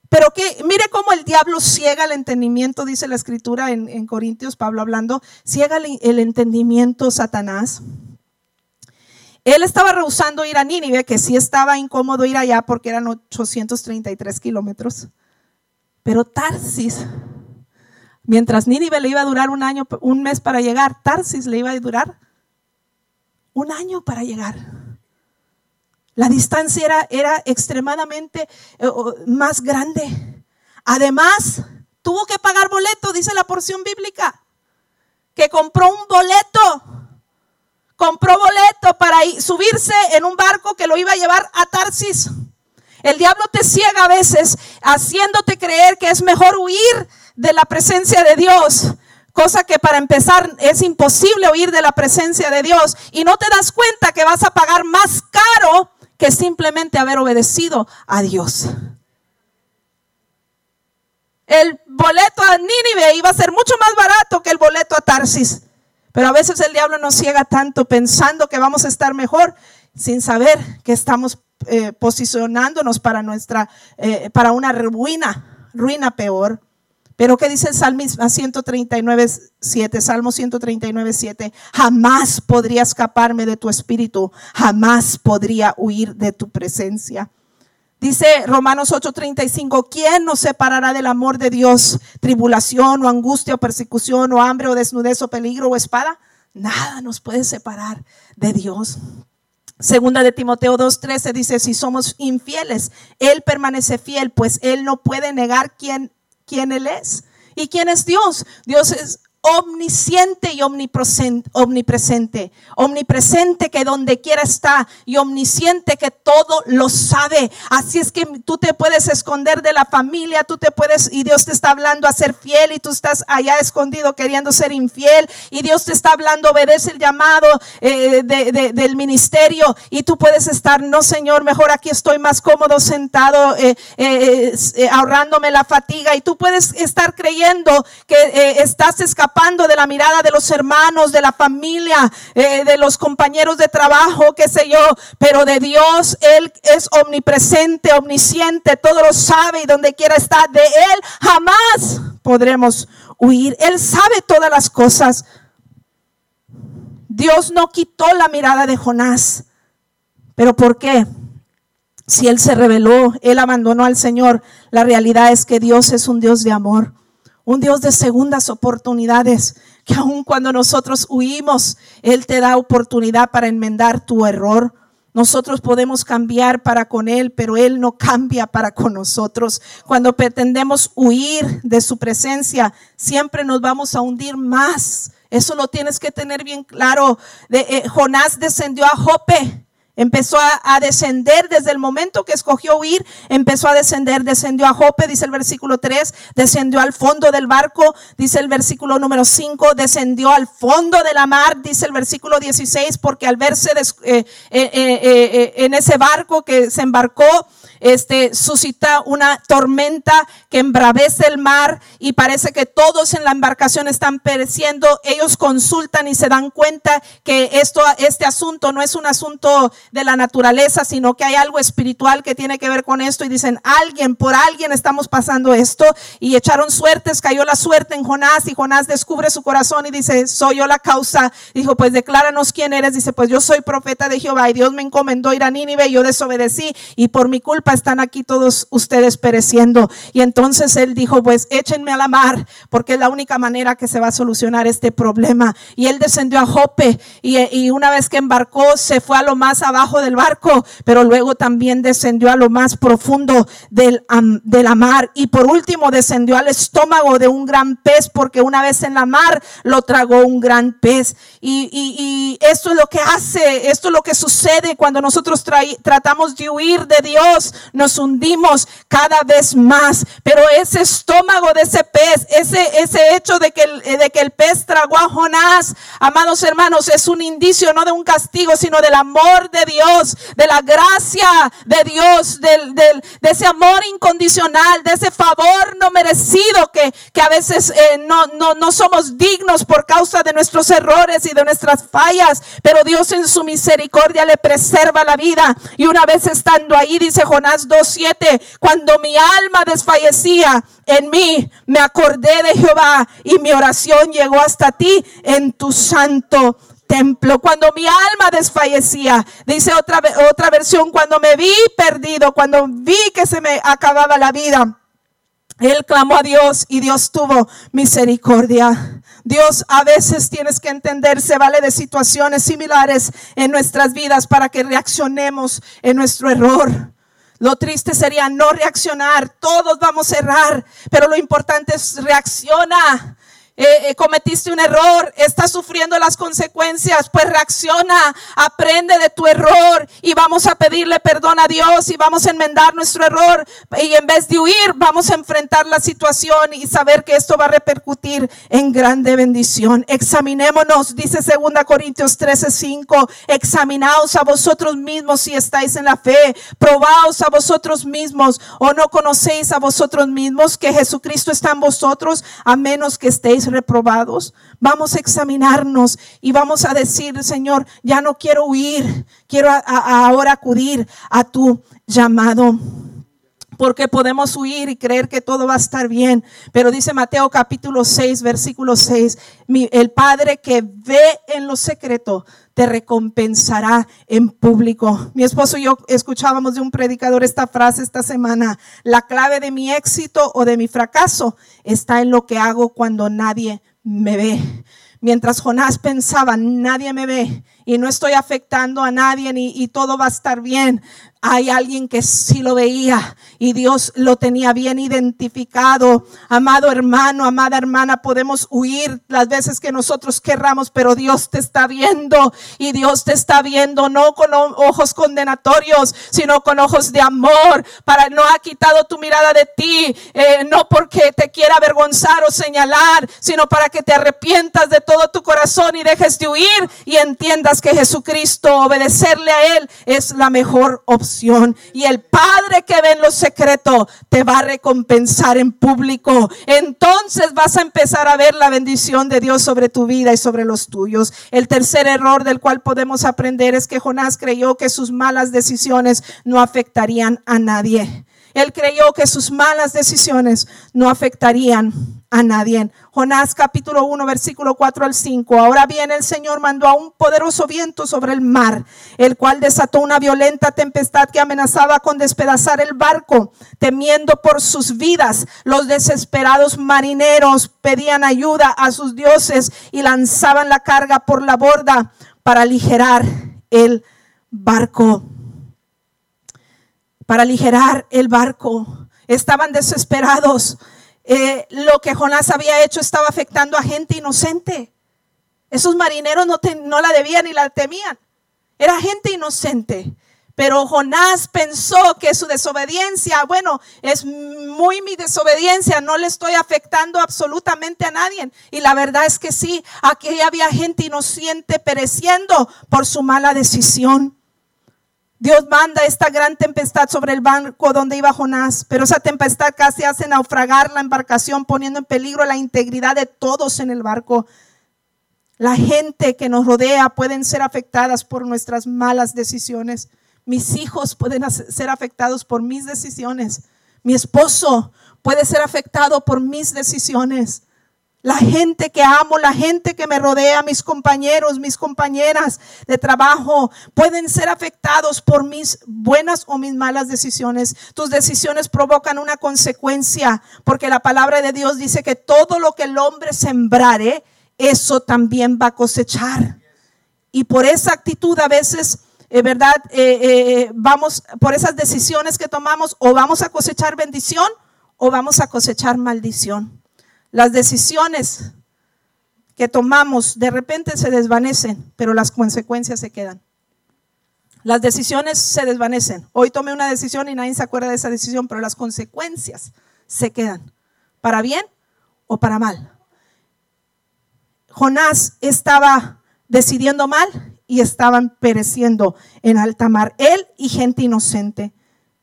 Speaker 1: Pero que mire cómo el diablo ciega el entendimiento, dice la escritura en, en Corintios, Pablo hablando, ciega el, el entendimiento Satanás. Él estaba rehusando ir a Nínive, que sí estaba incómodo ir allá porque eran ochocientos treinta y tres kilómetros. Pero Tarsis, mientras Nínive le iba a durar un año, un mes para llegar, Tarsis le iba a durar un año para llegar. La distancia era, era extremadamente eh, más grande. Además, tuvo que pagar boleto, dice la porción bíblica, que compró un boleto. Compró boleto para ir, subirse en un barco que lo iba a llevar a Tarsis. El diablo te ciega a veces, haciéndote creer que es mejor huir de la presencia de Dios. Cosa que para empezar es imposible huir de la presencia de Dios. Y no te das cuenta que vas a pagar más caro que simplemente haber obedecido a Dios. El boleto a Nínive iba a ser mucho más barato que el boleto a Tarsis. Pero a veces el diablo nos ciega tanto pensando que vamos a estar mejor sin saber que estamos eh, posicionándonos para nuestra eh, para una ruina, ruina peor. Pero ¿qué dice el Salmo ciento treinta y nueve, siete? Salmo ciento treinta y nueve, siete. Jamás podría escaparme de tu espíritu, jamás podría huir de tu presencia. Dice Romanos ocho, treinta y cinco, ¿quién nos separará del amor de Dios? ¿Tribulación o angustia o persecución o hambre o desnudez o peligro o espada? Nada nos puede separar de Dios. Segunda de Timoteo dos, trece dice, si somos infieles, Él permanece fiel, pues Él no puede negar quién, quién Él es. ¿Y quién es Dios? Dios es omnisciente y omnipresente, omnipresente, omnipresente que donde quiera está y omnisciente que todo lo sabe. Así es que tú te puedes esconder de la familia, tú te puedes, y Dios te está hablando a ser fiel y tú estás allá escondido queriendo ser infiel y Dios te está hablando, obedece el llamado eh, de, de, del ministerio y tú puedes estar, no Señor, mejor aquí estoy más cómodo sentado eh, eh, eh, ahorrándome la fatiga, y tú puedes estar creyendo que eh, estás escapando de la mirada de los hermanos, de la familia, eh, de los compañeros de trabajo, qué sé yo, pero de Dios. Él es omnipresente, omnisciente, todo lo sabe y donde quiera está, de Él jamás podremos huir. Él sabe todas las cosas. Dios no quitó la mirada de Jonás, pero ¿por qué? Si él se rebeló, él abandonó al Señor. La realidad es que Dios es un Dios de amor, un Dios de segundas oportunidades, que aun cuando nosotros huimos, Él te da oportunidad para enmendar tu error. Nosotros podemos cambiar para con Él, pero Él no cambia para con nosotros. Cuando pretendemos huir de su presencia, siempre nos vamos a hundir más. Eso lo tienes que tener bien claro. De, eh, Jonás descendió a Jope. Empezó a, a descender desde el momento que escogió huir, empezó a descender, descendió a Jope, dice el versículo tres, descendió al fondo del barco, dice el versículo número cinco, descendió al fondo de la mar, dice el versículo dieciséis, porque al verse des, eh, eh, eh, eh, en ese barco que se embarcó, este suscita una tormenta que embravece el mar y parece que todos en la embarcación están pereciendo. Ellos consultan y se dan cuenta que esto, este asunto no es un asunto de la naturaleza, sino que hay algo espiritual que tiene que ver con esto, y dicen, alguien, por alguien estamos pasando esto, y echaron suertes, cayó la suerte en Jonás, y Jonás descubre su corazón y dice, soy yo la causa. Dijo, pues decláranos quién eres. Dice, pues yo soy profeta de Jehová y Dios me encomendó ir a Nínive y yo desobedecí y por mi culpa están aquí todos ustedes pereciendo. Y entonces él dijo, pues échenme a la mar, porque es la única manera que se va a solucionar este problema. Y él descendió a Jope, y, y una vez que embarcó se fue a lo más abajo del barco, pero luego también descendió a lo más profundo del, um, de la mar, y por último descendió al estómago de un gran pez, porque una vez en la mar lo tragó un gran pez. Y, y, y esto es lo que hace, esto es lo que sucede cuando nosotros tra- tratamos de huir de Dios. Nos hundimos cada vez más. Pero ese estómago de ese pez, ese, ese hecho de que, el, de que el pez tragó a Jonás, amados hermanos, es un indicio no de un castigo, sino del amor de de Dios, de la gracia de Dios, del, del, de ese amor incondicional, de ese favor no merecido que, que a veces eh, no, no, no somos dignos por causa de nuestros errores y de nuestras fallas, pero Dios en su misericordia le preserva la vida. Y una vez estando ahí, dice Jonás dos siete, cuando mi alma desfallecía en mí, me acordé de Jehová y mi oración llegó hasta ti en tu santo templo. Cuando mi alma desfallecía, dice otra, otra versión, cuando me vi perdido, cuando vi que se me acababa la vida, él clamó a Dios y Dios tuvo misericordia. Dios, a veces tienes que entender, se vale de situaciones similares en nuestras vidas para que reaccionemos en nuestro error. Lo triste sería no reaccionar. Todos vamos a errar, pero lo importante es reacciona. Eh, eh, cometiste un error, estás sufriendo las consecuencias, pues reacciona, aprende de tu error y vamos a pedirle perdón a Dios y vamos a enmendar nuestro error, y en vez de huir vamos a enfrentar la situación y saber que esto va a repercutir en grande bendición. Examinémonos, dice segunda Corintios trece cinco, examinaos a vosotros mismos si estáis en la fe, probaos a vosotros mismos, o no conocéis a vosotros mismos que Jesucristo está en vosotros, a menos que estéis reprobados. Vamos a examinarnos y vamos a decir, Señor, ya no quiero huir, quiero a, a, ahora acudir a tu llamado. Porque podemos huir y creer que todo va a estar bien, pero dice Mateo capítulo seis versículo seis, mi, el Padre que ve en lo secreto te recompensará en público. Mi esposo y yo escuchábamos de un predicador esta frase esta semana: la clave de mi éxito o de mi fracaso está en lo que hago cuando nadie me ve. Mientras Jonás pensaba, nadie me ve y no estoy afectando a nadie y, y todo va a estar bien, hay alguien que sí lo veía y Dios lo tenía bien identificado. Amado hermano, amada hermana, podemos huir las veces que nosotros querramos, pero Dios te está viendo y Dios te está viendo no con ojos condenatorios, sino con ojos de amor. Para no ha quitado tu mirada de ti, eh, no porque te quiera avergonzar o señalar, sino para que te arrepientas de todo tu corazón y dejes de huir y entiendas que Jesucristo, obedecerle a Él es la mejor opción. Y el Padre que ve en lo secreto te va a recompensar en público. Entonces vas a empezar a ver la bendición de Dios sobre tu vida y sobre los tuyos. El tercer error del cual podemos aprender es que Jonás creyó que sus malas decisiones no afectarían a nadie. Él creyó que sus malas decisiones no afectarían a nadie. Jonás capítulo uno versículo cuatro al cinco. Ahora bien, el Señor mandó a un poderoso viento sobre el mar, el cual desató una violenta tempestad que amenazaba con despedazar el barco. Temiendo por sus vidas, los desesperados marineros pedían ayuda a sus dioses y lanzaban la carga por la borda para aligerar el barco. Para aligerar el barco. Estaban desesperados. Eh, lo que Jonás había hecho estaba afectando a gente inocente. Esos marineros no, te, no la debían ni la temían. Era gente inocente. Pero Jonás pensó que su desobediencia, bueno, es muy mi desobediencia, no le estoy afectando absolutamente a nadie. Y la verdad es que sí, aquí había gente inocente pereciendo por su mala decisión. Dios manda esta gran tempestad sobre el barco donde iba Jonás, pero esa tempestad casi hace naufragar la embarcación, poniendo en peligro la integridad de todos en el barco. La gente que nos rodea pueden ser afectadas por nuestras malas decisiones. Mis hijos pueden ser afectados por mis decisiones. Mi esposo puede ser afectado por mis decisiones. La gente que amo, la gente que me rodea, mis compañeros, mis compañeras de trabajo pueden ser afectados por mis buenas o mis malas decisiones. Tus decisiones provocan una consecuencia, porque la palabra de Dios dice que todo lo que el hombre sembrare, eso también va a cosechar. Y por esa actitud a veces, eh, ¿verdad? Eh, eh, vamos, por esas decisiones que tomamos, o vamos a cosechar bendición o vamos a cosechar maldición. Las decisiones que tomamos de repente se desvanecen, pero las consecuencias se quedan. Las decisiones se desvanecen. Hoy tomé una decisión y nadie se acuerda de esa decisión, pero las consecuencias se quedan, para bien o para mal. Jonás estaba decidiendo mal y estaban pereciendo en alta mar, él y gente inocente.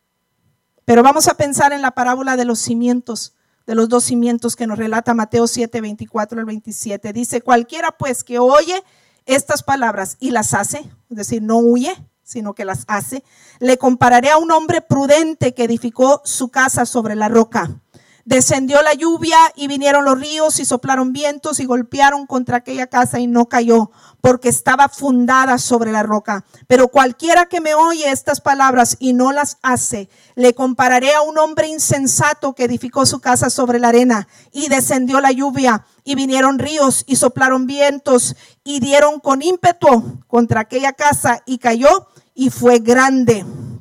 Speaker 1: Pero vamos a pensar en la parábola de los cimientos, de los dos cimientos que nos relata Mateo siete, veinticuatro al veintisiete. Dice: cualquiera pues que oye estas palabras y las hace, es decir, no huye, sino que las hace, le compararé a un hombre prudente que edificó su casa sobre la roca. Descendió la lluvia y vinieron los ríos y soplaron vientos y golpearon contra aquella casa y no cayó, porque estaba fundada sobre la roca. Pero cualquiera que me oye estas palabras y no las hace, le compararé a un hombre insensato que edificó su casa sobre la arena. Y descendió la lluvia y vinieron ríos y soplaron vientos y dieron con ímpetu contra aquella casa y cayó, y fue grande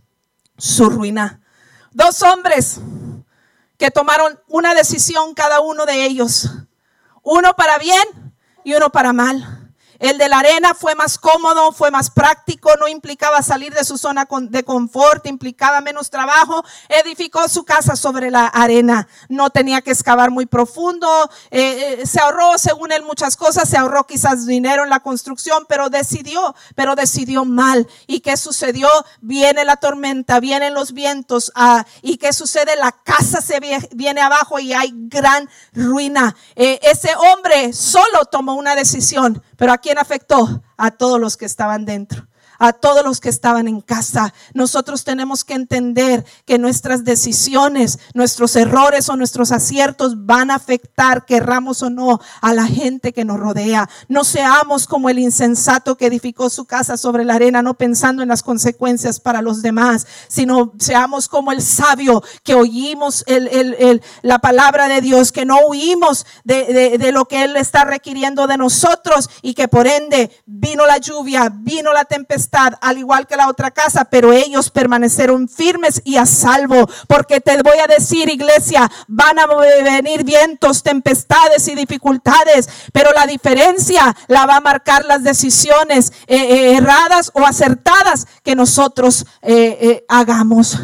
Speaker 1: su ruina. Dos hombres que tomaron una decisión cada uno de ellos, uno para bien y uno para mal. El de la arena fue más cómodo, fue más práctico, no implicaba salir de su zona de confort, implicaba menos trabajo. Edificó su casa sobre la arena, no tenía que excavar muy profundo, eh, eh, se ahorró, según él, muchas cosas, se ahorró quizás dinero en la construcción, pero decidió, pero decidió mal. ¿Y qué sucedió? Viene la tormenta, vienen los vientos, ah, ¿y qué sucede? La casa se viene abajo y hay gran ruina. Eh, ese hombre solo tomó una decisión, pero ¿a quién afectó? A todos los que estaban dentro, a todos los que estaban en casa. Nosotros tenemos que entender que nuestras decisiones, nuestros errores o nuestros aciertos van a afectar, querramos o no, a la gente que nos rodea. No seamos como el insensato que edificó su casa sobre la arena, no pensando en las consecuencias para los demás, sino seamos como el sabio que oímos el, el, el, la palabra de Dios, que no huimos de, de, de lo que Él está requiriendo de nosotros, y que por ende vino la lluvia, vino la tempestad, al igual que la otra casa, pero ellos permanecieron firmes y a salvo. Porque te voy a decir, iglesia, van a venir vientos, tempestades y dificultades, pero la diferencia la va a marcar las decisiones eh, eh, erradas o acertadas que nosotros eh, eh, hagamos.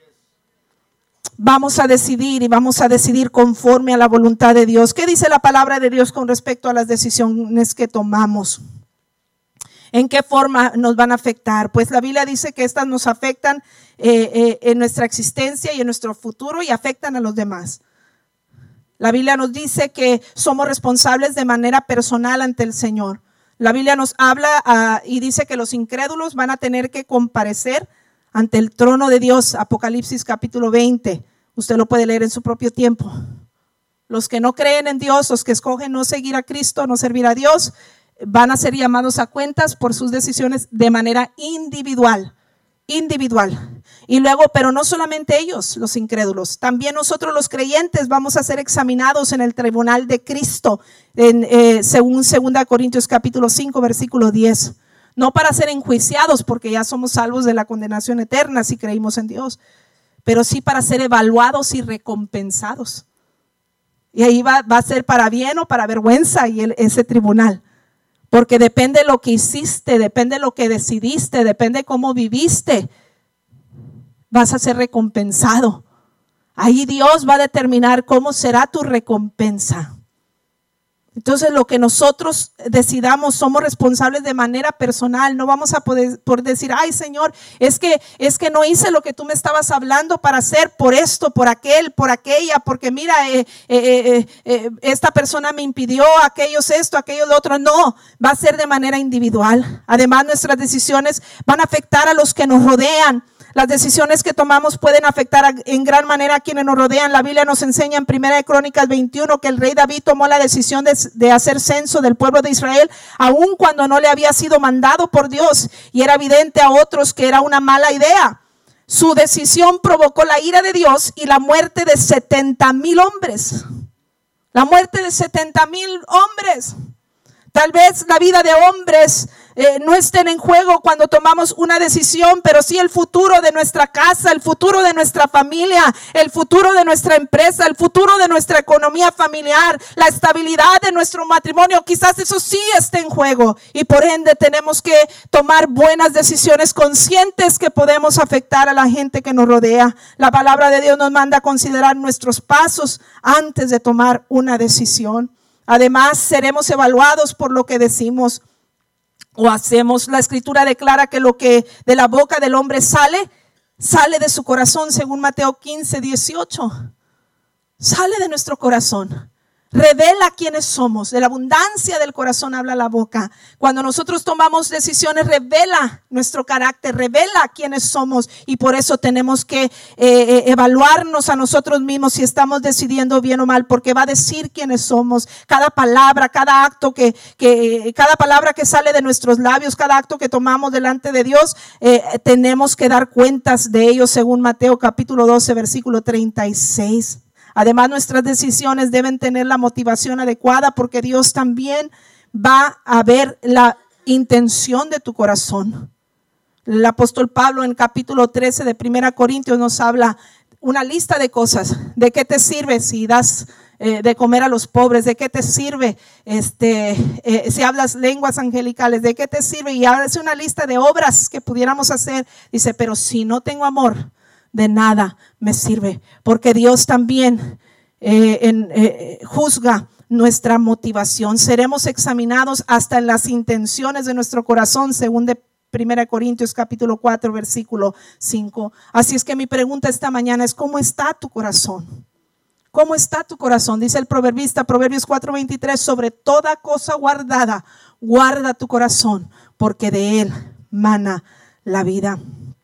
Speaker 1: Vamos a decidir y vamos a decidir conforme a la voluntad de Dios. ¿Qué dice la palabra de Dios con respecto a las decisiones que tomamos? ¿En qué forma nos van a afectar? Pues la Biblia dice que estas nos afectan eh, eh, en nuestra existencia y en nuestro futuro, y afectan a los demás. La Biblia nos dice que somos responsables de manera personal ante el Señor. La Biblia nos habla uh, y dice que los incrédulos van a tener que comparecer ante el trono de Dios. Apocalipsis capítulo veinte. Usted lo puede leer en su propio tiempo. Los que no creen en Dios, los que escogen no seguir a Cristo, no servir a Dios, van a ser llamados a cuentas por sus decisiones de manera individual, individual. Y luego, pero no solamente ellos, los incrédulos, también nosotros los creyentes vamos a ser examinados en el tribunal de Cristo, en, eh, según segunda Corintios capítulo cinco, versículo diez. No para ser enjuiciados, porque ya somos salvos de la condenación eterna si creímos en Dios, pero sí para ser evaluados y recompensados. Y ahí va, va a ser para bien o para vergüenza y el, ese tribunal. Porque depende de lo que hiciste, depende de lo que decidiste, depende de cómo viviste, vas a ser recompensado. Ahí Dios va a determinar cómo será tu recompensa. Entonces, lo que nosotros decidamos, somos responsables de manera personal. No vamos a poder por decir, ay Señor, es que, es que no hice lo que tú me estabas hablando para hacer por esto, por aquel, por aquella, porque mira, eh, eh, eh, eh, esta persona me impidió, aquellos esto, aquellos lo otro. No, va a ser de manera individual. Además, nuestras decisiones van a afectar a los que nos rodean. Las decisiones que tomamos pueden afectar a, en gran manera a quienes nos rodean. La Biblia nos enseña en Primera de Crónicas veintiuno que el rey David tomó la decisión de, de hacer censo del pueblo de Israel, aun cuando no le había sido mandado por Dios, y era evidente a otros que era una mala idea. Su decisión provocó la ira de Dios y la muerte de setenta mil hombres. La muerte de setenta mil hombres. Tal vez la vida de hombres eh, no estén en juego cuando tomamos una decisión, pero sí el futuro de nuestra casa, el futuro de nuestra familia, el futuro de nuestra empresa, el futuro de nuestra economía familiar, la estabilidad de nuestro matrimonio. Quizás eso sí esté en juego, y por ende tenemos que tomar buenas decisiones conscientes que podemos afectar a la gente que nos rodea. La palabra de Dios nos manda a considerar nuestros pasos antes de tomar una decisión. Además, seremos evaluados por lo que decimos. o hacemos. La Escritura declara que lo que de la boca del hombre sale, sale de su corazón, según Mateo quince, dieciocho. Sale de nuestro corazón. Revela quiénes somos. De la abundancia del corazón habla la boca. Cuando nosotros tomamos decisiones, revela nuestro carácter, revela quiénes somos. Y por eso tenemos que eh, evaluarnos a nosotros mismos si estamos decidiendo bien o mal, porque va a decir quiénes somos. Cada palabra, cada acto que, que cada palabra que sale de nuestros labios, cada acto que tomamos delante de Dios, eh, tenemos que dar cuentas de ellos, según Mateo capítulo doce, versículo treinta y seis. Además, nuestras decisiones deben tener la motivación adecuada, porque Dios también va a ver la intención de tu corazón. El apóstol Pablo en capítulo trece de Primera Corintios nos habla una lista de cosas. ¿De qué te sirve si das eh, de comer a los pobres? ¿De qué te sirve este, eh, si hablas lenguas angelicales? ¿De qué te sirve? Y hace una lista de obras que pudiéramos hacer. Dice, pero si no tengo amor, de nada me sirve, porque Dios también eh, en, eh, juzga nuestra motivación. Seremos examinados hasta en las intenciones de nuestro corazón, según de Primera Corintios capítulo cuatro, versículo cinco. Así es que mi pregunta esta mañana es, ¿cómo está tu corazón? ¿Cómo está tu corazón? Dice el proverbista, Proverbios cuatro, veintitrés, sobre toda cosa guardada, guarda tu corazón, porque de él mana la vida.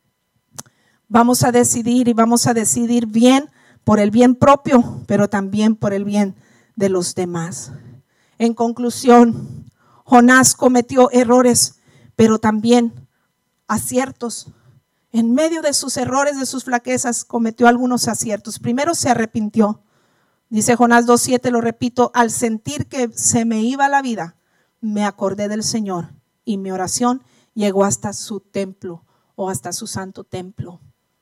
Speaker 1: Vamos a decidir y vamos a decidir bien por el bien propio, pero también por el bien de los demás. En conclusión, Jonás cometió errores, pero también aciertos. En medio de sus errores, de sus flaquezas, cometió algunos aciertos. Primero se arrepintió. Dice Jonás dos siete, lo repito, al sentir que se me iba la vida, me acordé del Señor y mi oración llegó hasta su templo o hasta su santo templo.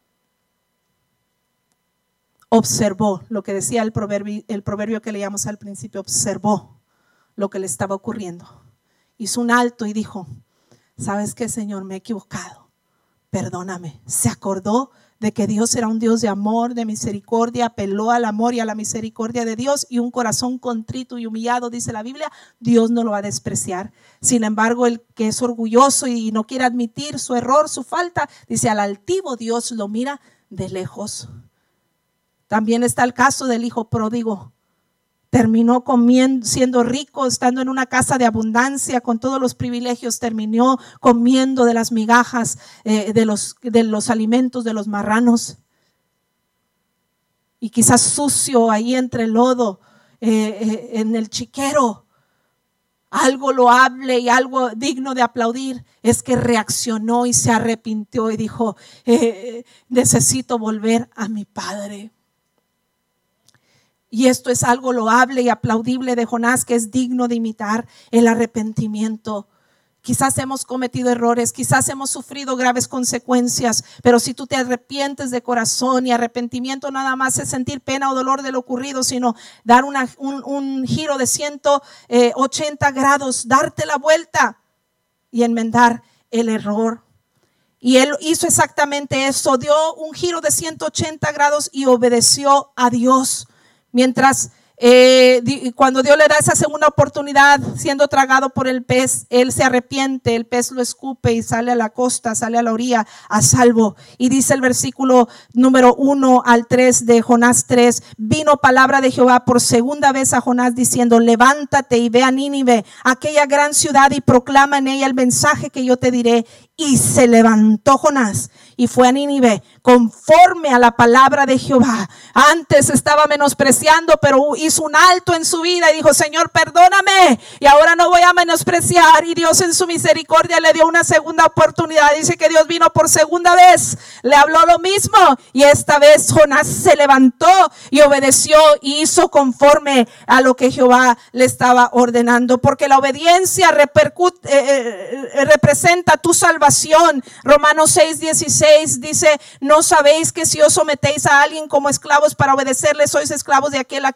Speaker 1: Observó lo que decía el proverbio, el proverbio que leíamos al principio, observó lo que le estaba ocurriendo. Hizo un alto y dijo, ¿sabes qué, Señor? Me he equivocado, perdóname. Se acordó de que Dios era un Dios de amor, de misericordia, apeló al amor y a la misericordia de Dios, y un corazón contrito y humillado, dice la Biblia, Dios no lo va a despreciar. Sin embargo, el que es orgulloso y no quiere admitir su error, su falta, dice, al altivo Dios lo mira de lejos. También está el caso del hijo pródigo. Terminó comiendo, siendo rico, estando en una casa de abundancia, con todos los privilegios, terminó comiendo de las migajas, eh, de, los, de los alimentos de los marranos. Y quizás sucio ahí entre el lodo, eh, eh, en el chiquero. Algo loable y algo digno de aplaudir es que reaccionó y se arrepintió y dijo, eh, necesito volver a mi padre. Y esto es algo loable y aplaudible de Jonás, que es digno de imitar, el arrepentimiento. Quizás hemos cometido errores, quizás hemos sufrido graves consecuencias, pero si tú te arrepientes de corazón, y arrepentimiento nada más es sentir pena o dolor de lo ocurrido, sino dar una, un, un giro de ciento ochenta grados, darte la vuelta y enmendar el error. Y él hizo exactamente eso, dio un giro de ciento ochenta grados y obedeció a Dios. Mientras eh, cuando Dios le da esa segunda oportunidad, siendo tragado por el pez, él se arrepiente, el pez lo escupe y sale a la costa, sale a la orilla a salvo. Y dice el versículo número uno al tres de Jonás tres, vino palabra de Jehová por segunda vez a Jonás diciendo, levántate y ve a Nínive, aquella gran ciudad, y proclama en ella el mensaje que yo te diré. Y se levantó Jonás y fue a Nínive conforme a la palabra de Jehová. Antes estaba menospreciando, pero hizo un alto en su vida y dijo, Señor, perdóname, y ahora no voy a menospreciar. Y Dios en su misericordia le dio una segunda oportunidad. Dice que Dios vino por segunda vez, le habló lo mismo, y esta vez Jonás se levantó y obedeció y hizo conforme a lo que Jehová le estaba ordenando, porque la obediencia repercute, eh, eh, representa tu salvación. Romanos seis dieciséis dice, ¿no sabéis que si os sometéis a alguien como esclavos para obedecerle, sois esclavos de aquel a quien obedecéis?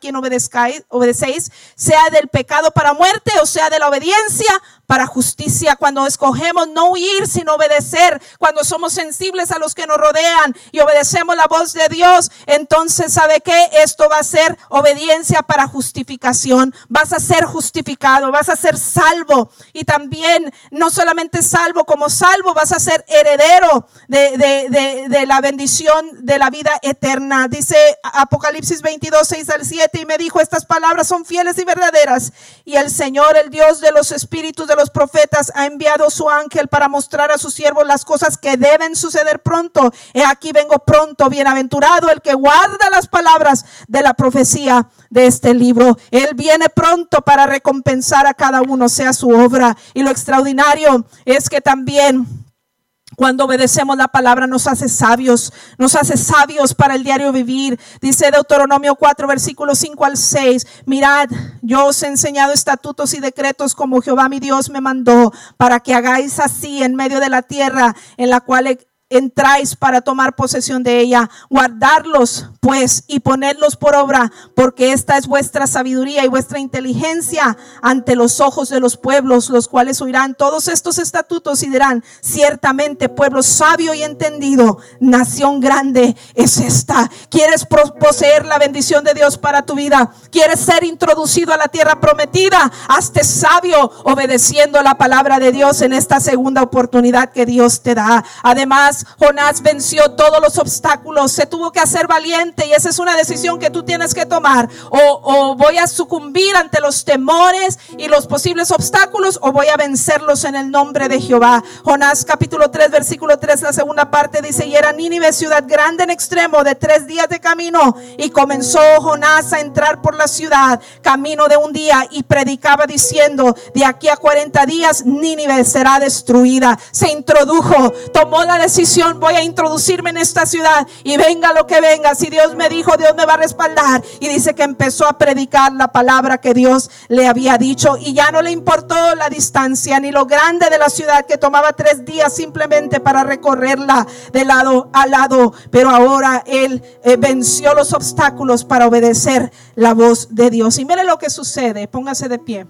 Speaker 1: obedezcáis, obedecéis, sea del pecado para muerte o sea de la obediencia para justicia. Cuando escogemos no huir sino obedecer, cuando somos sensibles a los que nos rodean y obedecemos la voz de Dios, entonces ¿sabe qué? Esto va a ser obediencia para justificación. Vas a ser justificado, vas a ser salvo, y también no solamente salvo, como salvo vas a ser heredero de, de, de, de la bendición de la vida eterna. Dice Apocalipsis veintidós, seis al siete, y me dijo: estas palabras son fieles y verdaderas, y el Señor, el Dios de los espíritus de los profetas, ha enviado su ángel para mostrar a sus siervos las cosas que deben suceder pronto. He aquí vengo pronto. Bienaventurado el que guarda las palabras de la profecía de este libro. Él viene pronto para recompensar a cada uno sea su obra. Y lo extraordinario es que también cuando obedecemos la palabra nos hace sabios, nos hace sabios para el diario vivir. Dice Deuteronomio cuatro, versículos cinco al seis, mirad, yo os he enseñado estatutos y decretos como Jehová mi Dios me mandó, para que hagáis así en medio de la tierra en la cual he entráis para tomar posesión de ella. Guardarlos pues y ponerlos por obra, porque esta es vuestra sabiduría y vuestra inteligencia ante los ojos de los pueblos, los cuales oirán todos estos estatutos y dirán: ciertamente pueblo sabio y entendido, nación grande es esta. ¿Quieres poseer la bendición de Dios para tu vida? ¿Quieres ser introducido a la tierra prometida? Hazte sabio obedeciendo la palabra de Dios en esta segunda oportunidad que Dios te da. Además, Jonás venció todos los obstáculos, se tuvo que hacer valiente, y esa es una decisión que tú tienes que tomar. O, o voy a sucumbir ante los temores y los posibles obstáculos, o voy a vencerlos en el nombre de Jehová. Jonás capítulo tres, versículo tres, la segunda parte dice: y era Nínive ciudad grande en extremo, de tres días de camino, y comenzó Jonás a entrar por la ciudad, camino de un día, y predicaba diciendo: de aquí a cuarenta días Nínive será destruida. Se introdujo, tomó la decisión: voy a introducirme en esta ciudad y venga lo que venga. Si Dios me dijo, Dios me va a respaldar. Y dice que empezó a predicar la palabra que Dios le había dicho, y ya no le importó la distancia ni lo grande de la ciudad, que tomaba tres días simplemente para recorrerla de lado a lado. Pero ahora él eh, venció los obstáculos para obedecer la voz de Dios. Y mire lo que sucede, póngase de pie.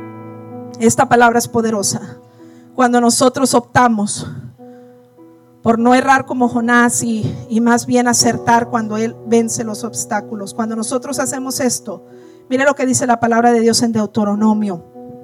Speaker 1: Esta palabra es poderosa. Cuando nosotros optamos por no errar como Jonás y, y más bien acertar cuando él vence los obstáculos. Cuando nosotros hacemos esto, mire lo que dice la palabra de Dios en Deuteronomio.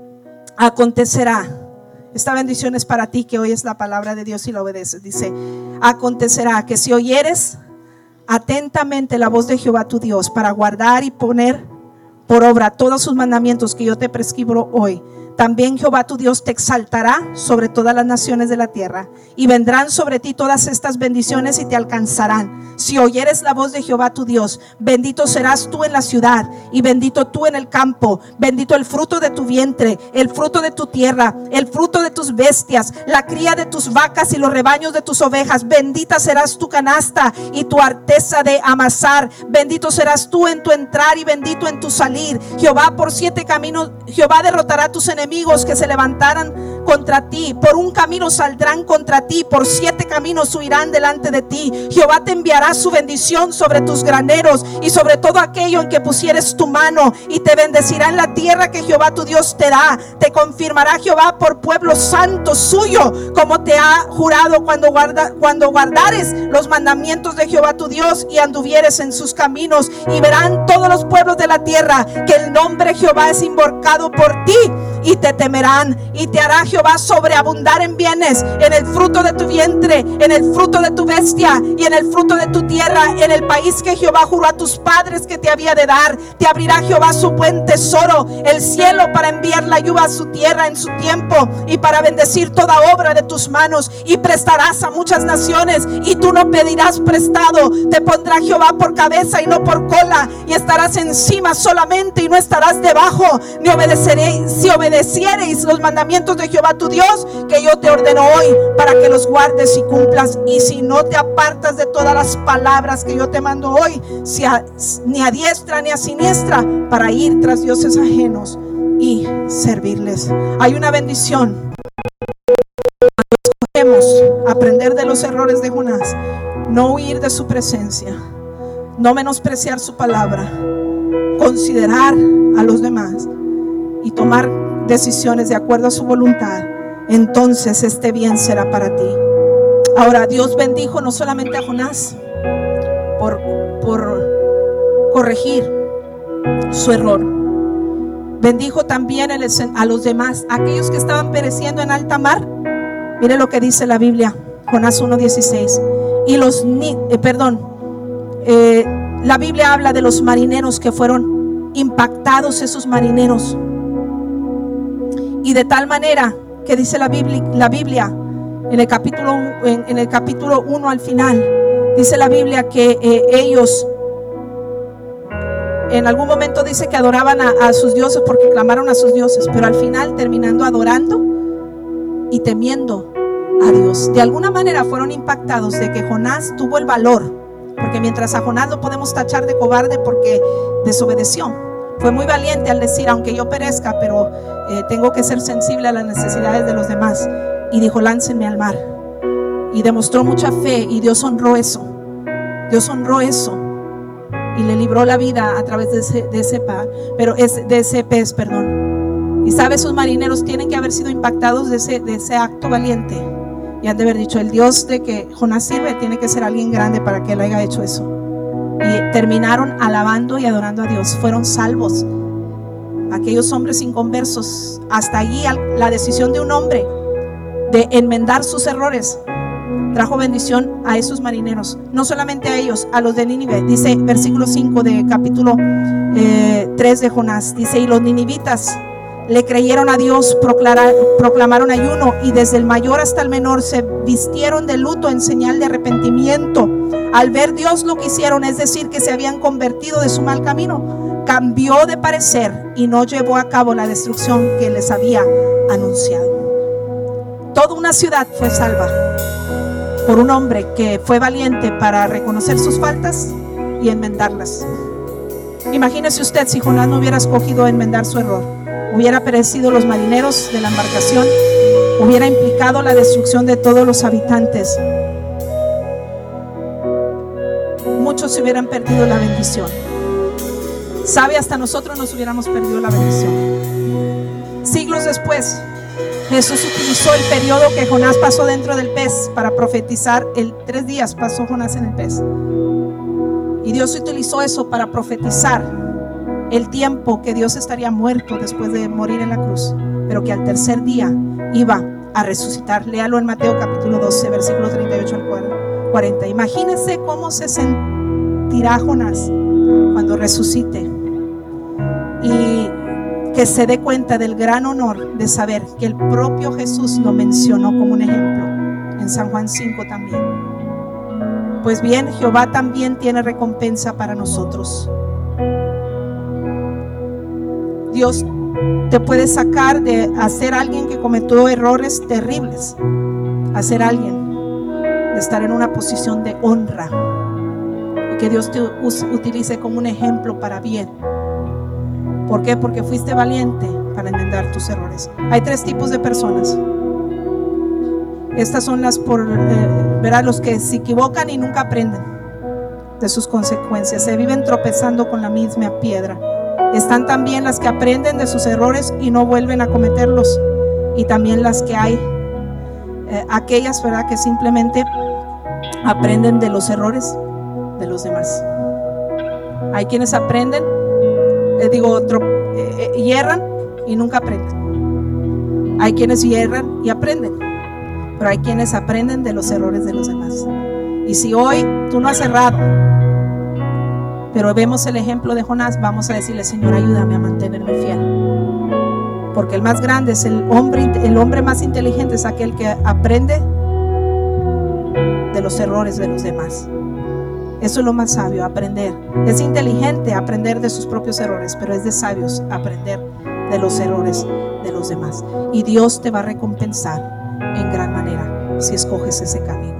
Speaker 1: Acontecerá, esta bendición es para ti que oyes la palabra de Dios y la obedeces. Dice: acontecerá que si oyeres atentamente la voz de Jehová tu Dios para guardar y poner por obra todos sus mandamientos que yo te prescribo hoy, también Jehová tu Dios te exaltará sobre todas las naciones de la tierra, y vendrán sobre ti todas estas bendiciones y te alcanzarán. Si oyeres la voz de Jehová tu Dios, bendito serás tú en la ciudad y bendito tú en el campo. Bendito el fruto de tu vientre, el fruto de tu tierra, el fruto de tus bestias, la cría de tus vacas y los rebaños de tus ovejas. Bendita serás tu canasta y tu arteza de amasar. Bendito serás tú en tu entrar y bendito en tu salir. Jehová por siete caminos, Jehová derrotará a tus enemigos que se levantaran contra ti. Por un camino saldrán contra ti, por siete caminos huirán delante de ti. Jehová te enviará su bendición sobre tus graneros y sobre todo aquello en que pusieres tu mano, y te bendecirá en la tierra que Jehová tu Dios te da. Te confirmará Jehová por pueblo santo suyo, como te ha jurado, cuando, guarda, cuando guardares los mandamientos de Jehová tu Dios y anduvieres en sus caminos. Y verán todos los pueblos de la tierra que el nombre Jehová es invocado por ti, y te temerán. Y te hará Jehová sobreabundar en bienes, en el fruto de tu vientre, en el fruto de tu bestia y en el fruto de tu tierra, en el país que Jehová juró a tus padres que te había de dar. Te abrirá Jehová su buen tesoro, el cielo, para enviar la lluvia a su tierra en su tiempo, y para bendecir toda obra de tus manos. Y prestarás a muchas naciones, y tú no pedirás prestado. Te pondrá Jehová por cabeza y no por cola, y estarás encima solamente y no estarás debajo. Ni obedeceré, si obedeciereis los mandamientos de Jehová tu Dios, que yo te ordeno hoy, para que los guardes y cumplas. Y si no te apartas de todas las palabras que yo te mando hoy, si a, ni a diestra ni a siniestra, para ir tras dioses ajenos y servirles. Hay una bendición cuando escogemos aprender de los errores de Jonás, no huir de su presencia, no menospreciar su palabra, considerar a los demás y tomar decisiones de acuerdo a su voluntad, entonces este bien será para ti. Ahora, Dios bendijo no solamente a Jonás por, por corregir su error, bendijo también a los demás, aquellos que estaban pereciendo en alta mar. Mire lo que dice la Biblia, Jonás uno dieciséis. Y los, eh, perdón, eh, la Biblia habla de los marineros que fueron impactados, esos marineros. Y de tal manera que dice la Biblia, la Biblia en el capítulo en, en el capítulo uno al final, dice la Biblia que eh, ellos en algún momento dice que adoraban a, a sus dioses porque clamaron a sus dioses, pero al final terminando adorando y temiendo a Dios. De alguna manera fueron impactados de que Jonás tuvo el valor, porque mientras a Jonás lo podemos tachar de cobarde porque desobedeció, fue muy valiente al decir: aunque yo perezca, pero eh, tengo que ser sensible a las necesidades de los demás. Y dijo: láncenme al mar. Y demostró mucha fe, y Dios honró eso. Dios honró eso y le libró la vida a través de ese, de ese, par, pero es, de ese pez, perdón. Y sabe, esos marineros tienen que haber sido impactados de ese, de ese acto valiente, y han de haber dicho: el Dios de que Jonás sirve tiene que ser alguien grande para que él haya hecho eso. Y terminaron alabando y adorando a Dios. Fueron salvos aquellos hombres inconversos. Hasta allí la decisión de un hombre de enmendar sus errores trajo bendición a esos marineros, no solamente a ellos, a los de Nínive. Dice versículo cinco de capítulo eh, tres de Jonás, dice: y los ninivitas le creyeron a Dios, proclamaron ayuno, y desde el mayor hasta el menor se vistieron de luto en señal de arrepentimiento. Al ver Dios lo que hicieron, es decir, que se habían convertido de su mal camino, cambió de parecer y no llevó a cabo la destrucción que les había anunciado. Toda una ciudad fue salva por un hombre que fue valiente para reconocer sus faltas y enmendarlas. Imagínese usted si Jonás no hubiera escogido enmendar su error. Hubiera perecido los marineros de la embarcación, hubiera implicado la destrucción de todos los habitantes. Muchos se hubieran perdido la bendición. Sabe, hasta nosotros nos hubiéramos perdido la bendición. Siglos después, Jesús utilizó el periodo que Jonás pasó dentro del pez para profetizar. El tres días pasó Jonás en el pez, y Dios utilizó eso para profetizar el tiempo que Dios estaría muerto después de morir en la cruz, pero que al tercer día iba a resucitar. Léalo en Mateo capítulo doce, versículo treinta y ocho al cuarenta. Imagínense cómo se sentirá Jonás cuando resucite y que se dé cuenta del gran honor de saber que el propio Jesús lo mencionó como un ejemplo en San Juan cinco también. Pues bien, Jehová también tiene recompensa para nosotros. Dios te puede sacar de hacer alguien que cometió errores terribles, a ser alguien de estar en una posición de honra, y que Dios te utilice como un ejemplo para bien. ¿Por qué? Porque fuiste valiente para enmendar tus errores. Hay tres tipos de personas. Estas son las por eh, verá, los que se equivocan y nunca aprenden de sus consecuencias, se viven tropezando con la misma piedra. Están también las que aprenden de sus errores y no vuelven a cometerlos, y también las que hay eh, aquellas, ¿verdad?, que simplemente aprenden de los errores de los demás. Hay quienes aprenden eh, digo tro, eh, eh, hierran y nunca aprenden. Hay quienes hierran y aprenden, pero hay quienes aprenden de los errores de los demás. Y si hoy tú no has errado, pero vemos el ejemplo de Jonás, vamos a decirle: Señor, ayúdame a mantenerme fiel. Porque el más grande es el hombre, el hombre más inteligente es aquel que aprende de los errores de los demás. Eso es lo más sabio, aprender. Es inteligente aprender de sus propios errores, pero es de sabios aprender de los errores de los demás. Y Dios te va a recompensar en gran manera si escoges ese camino.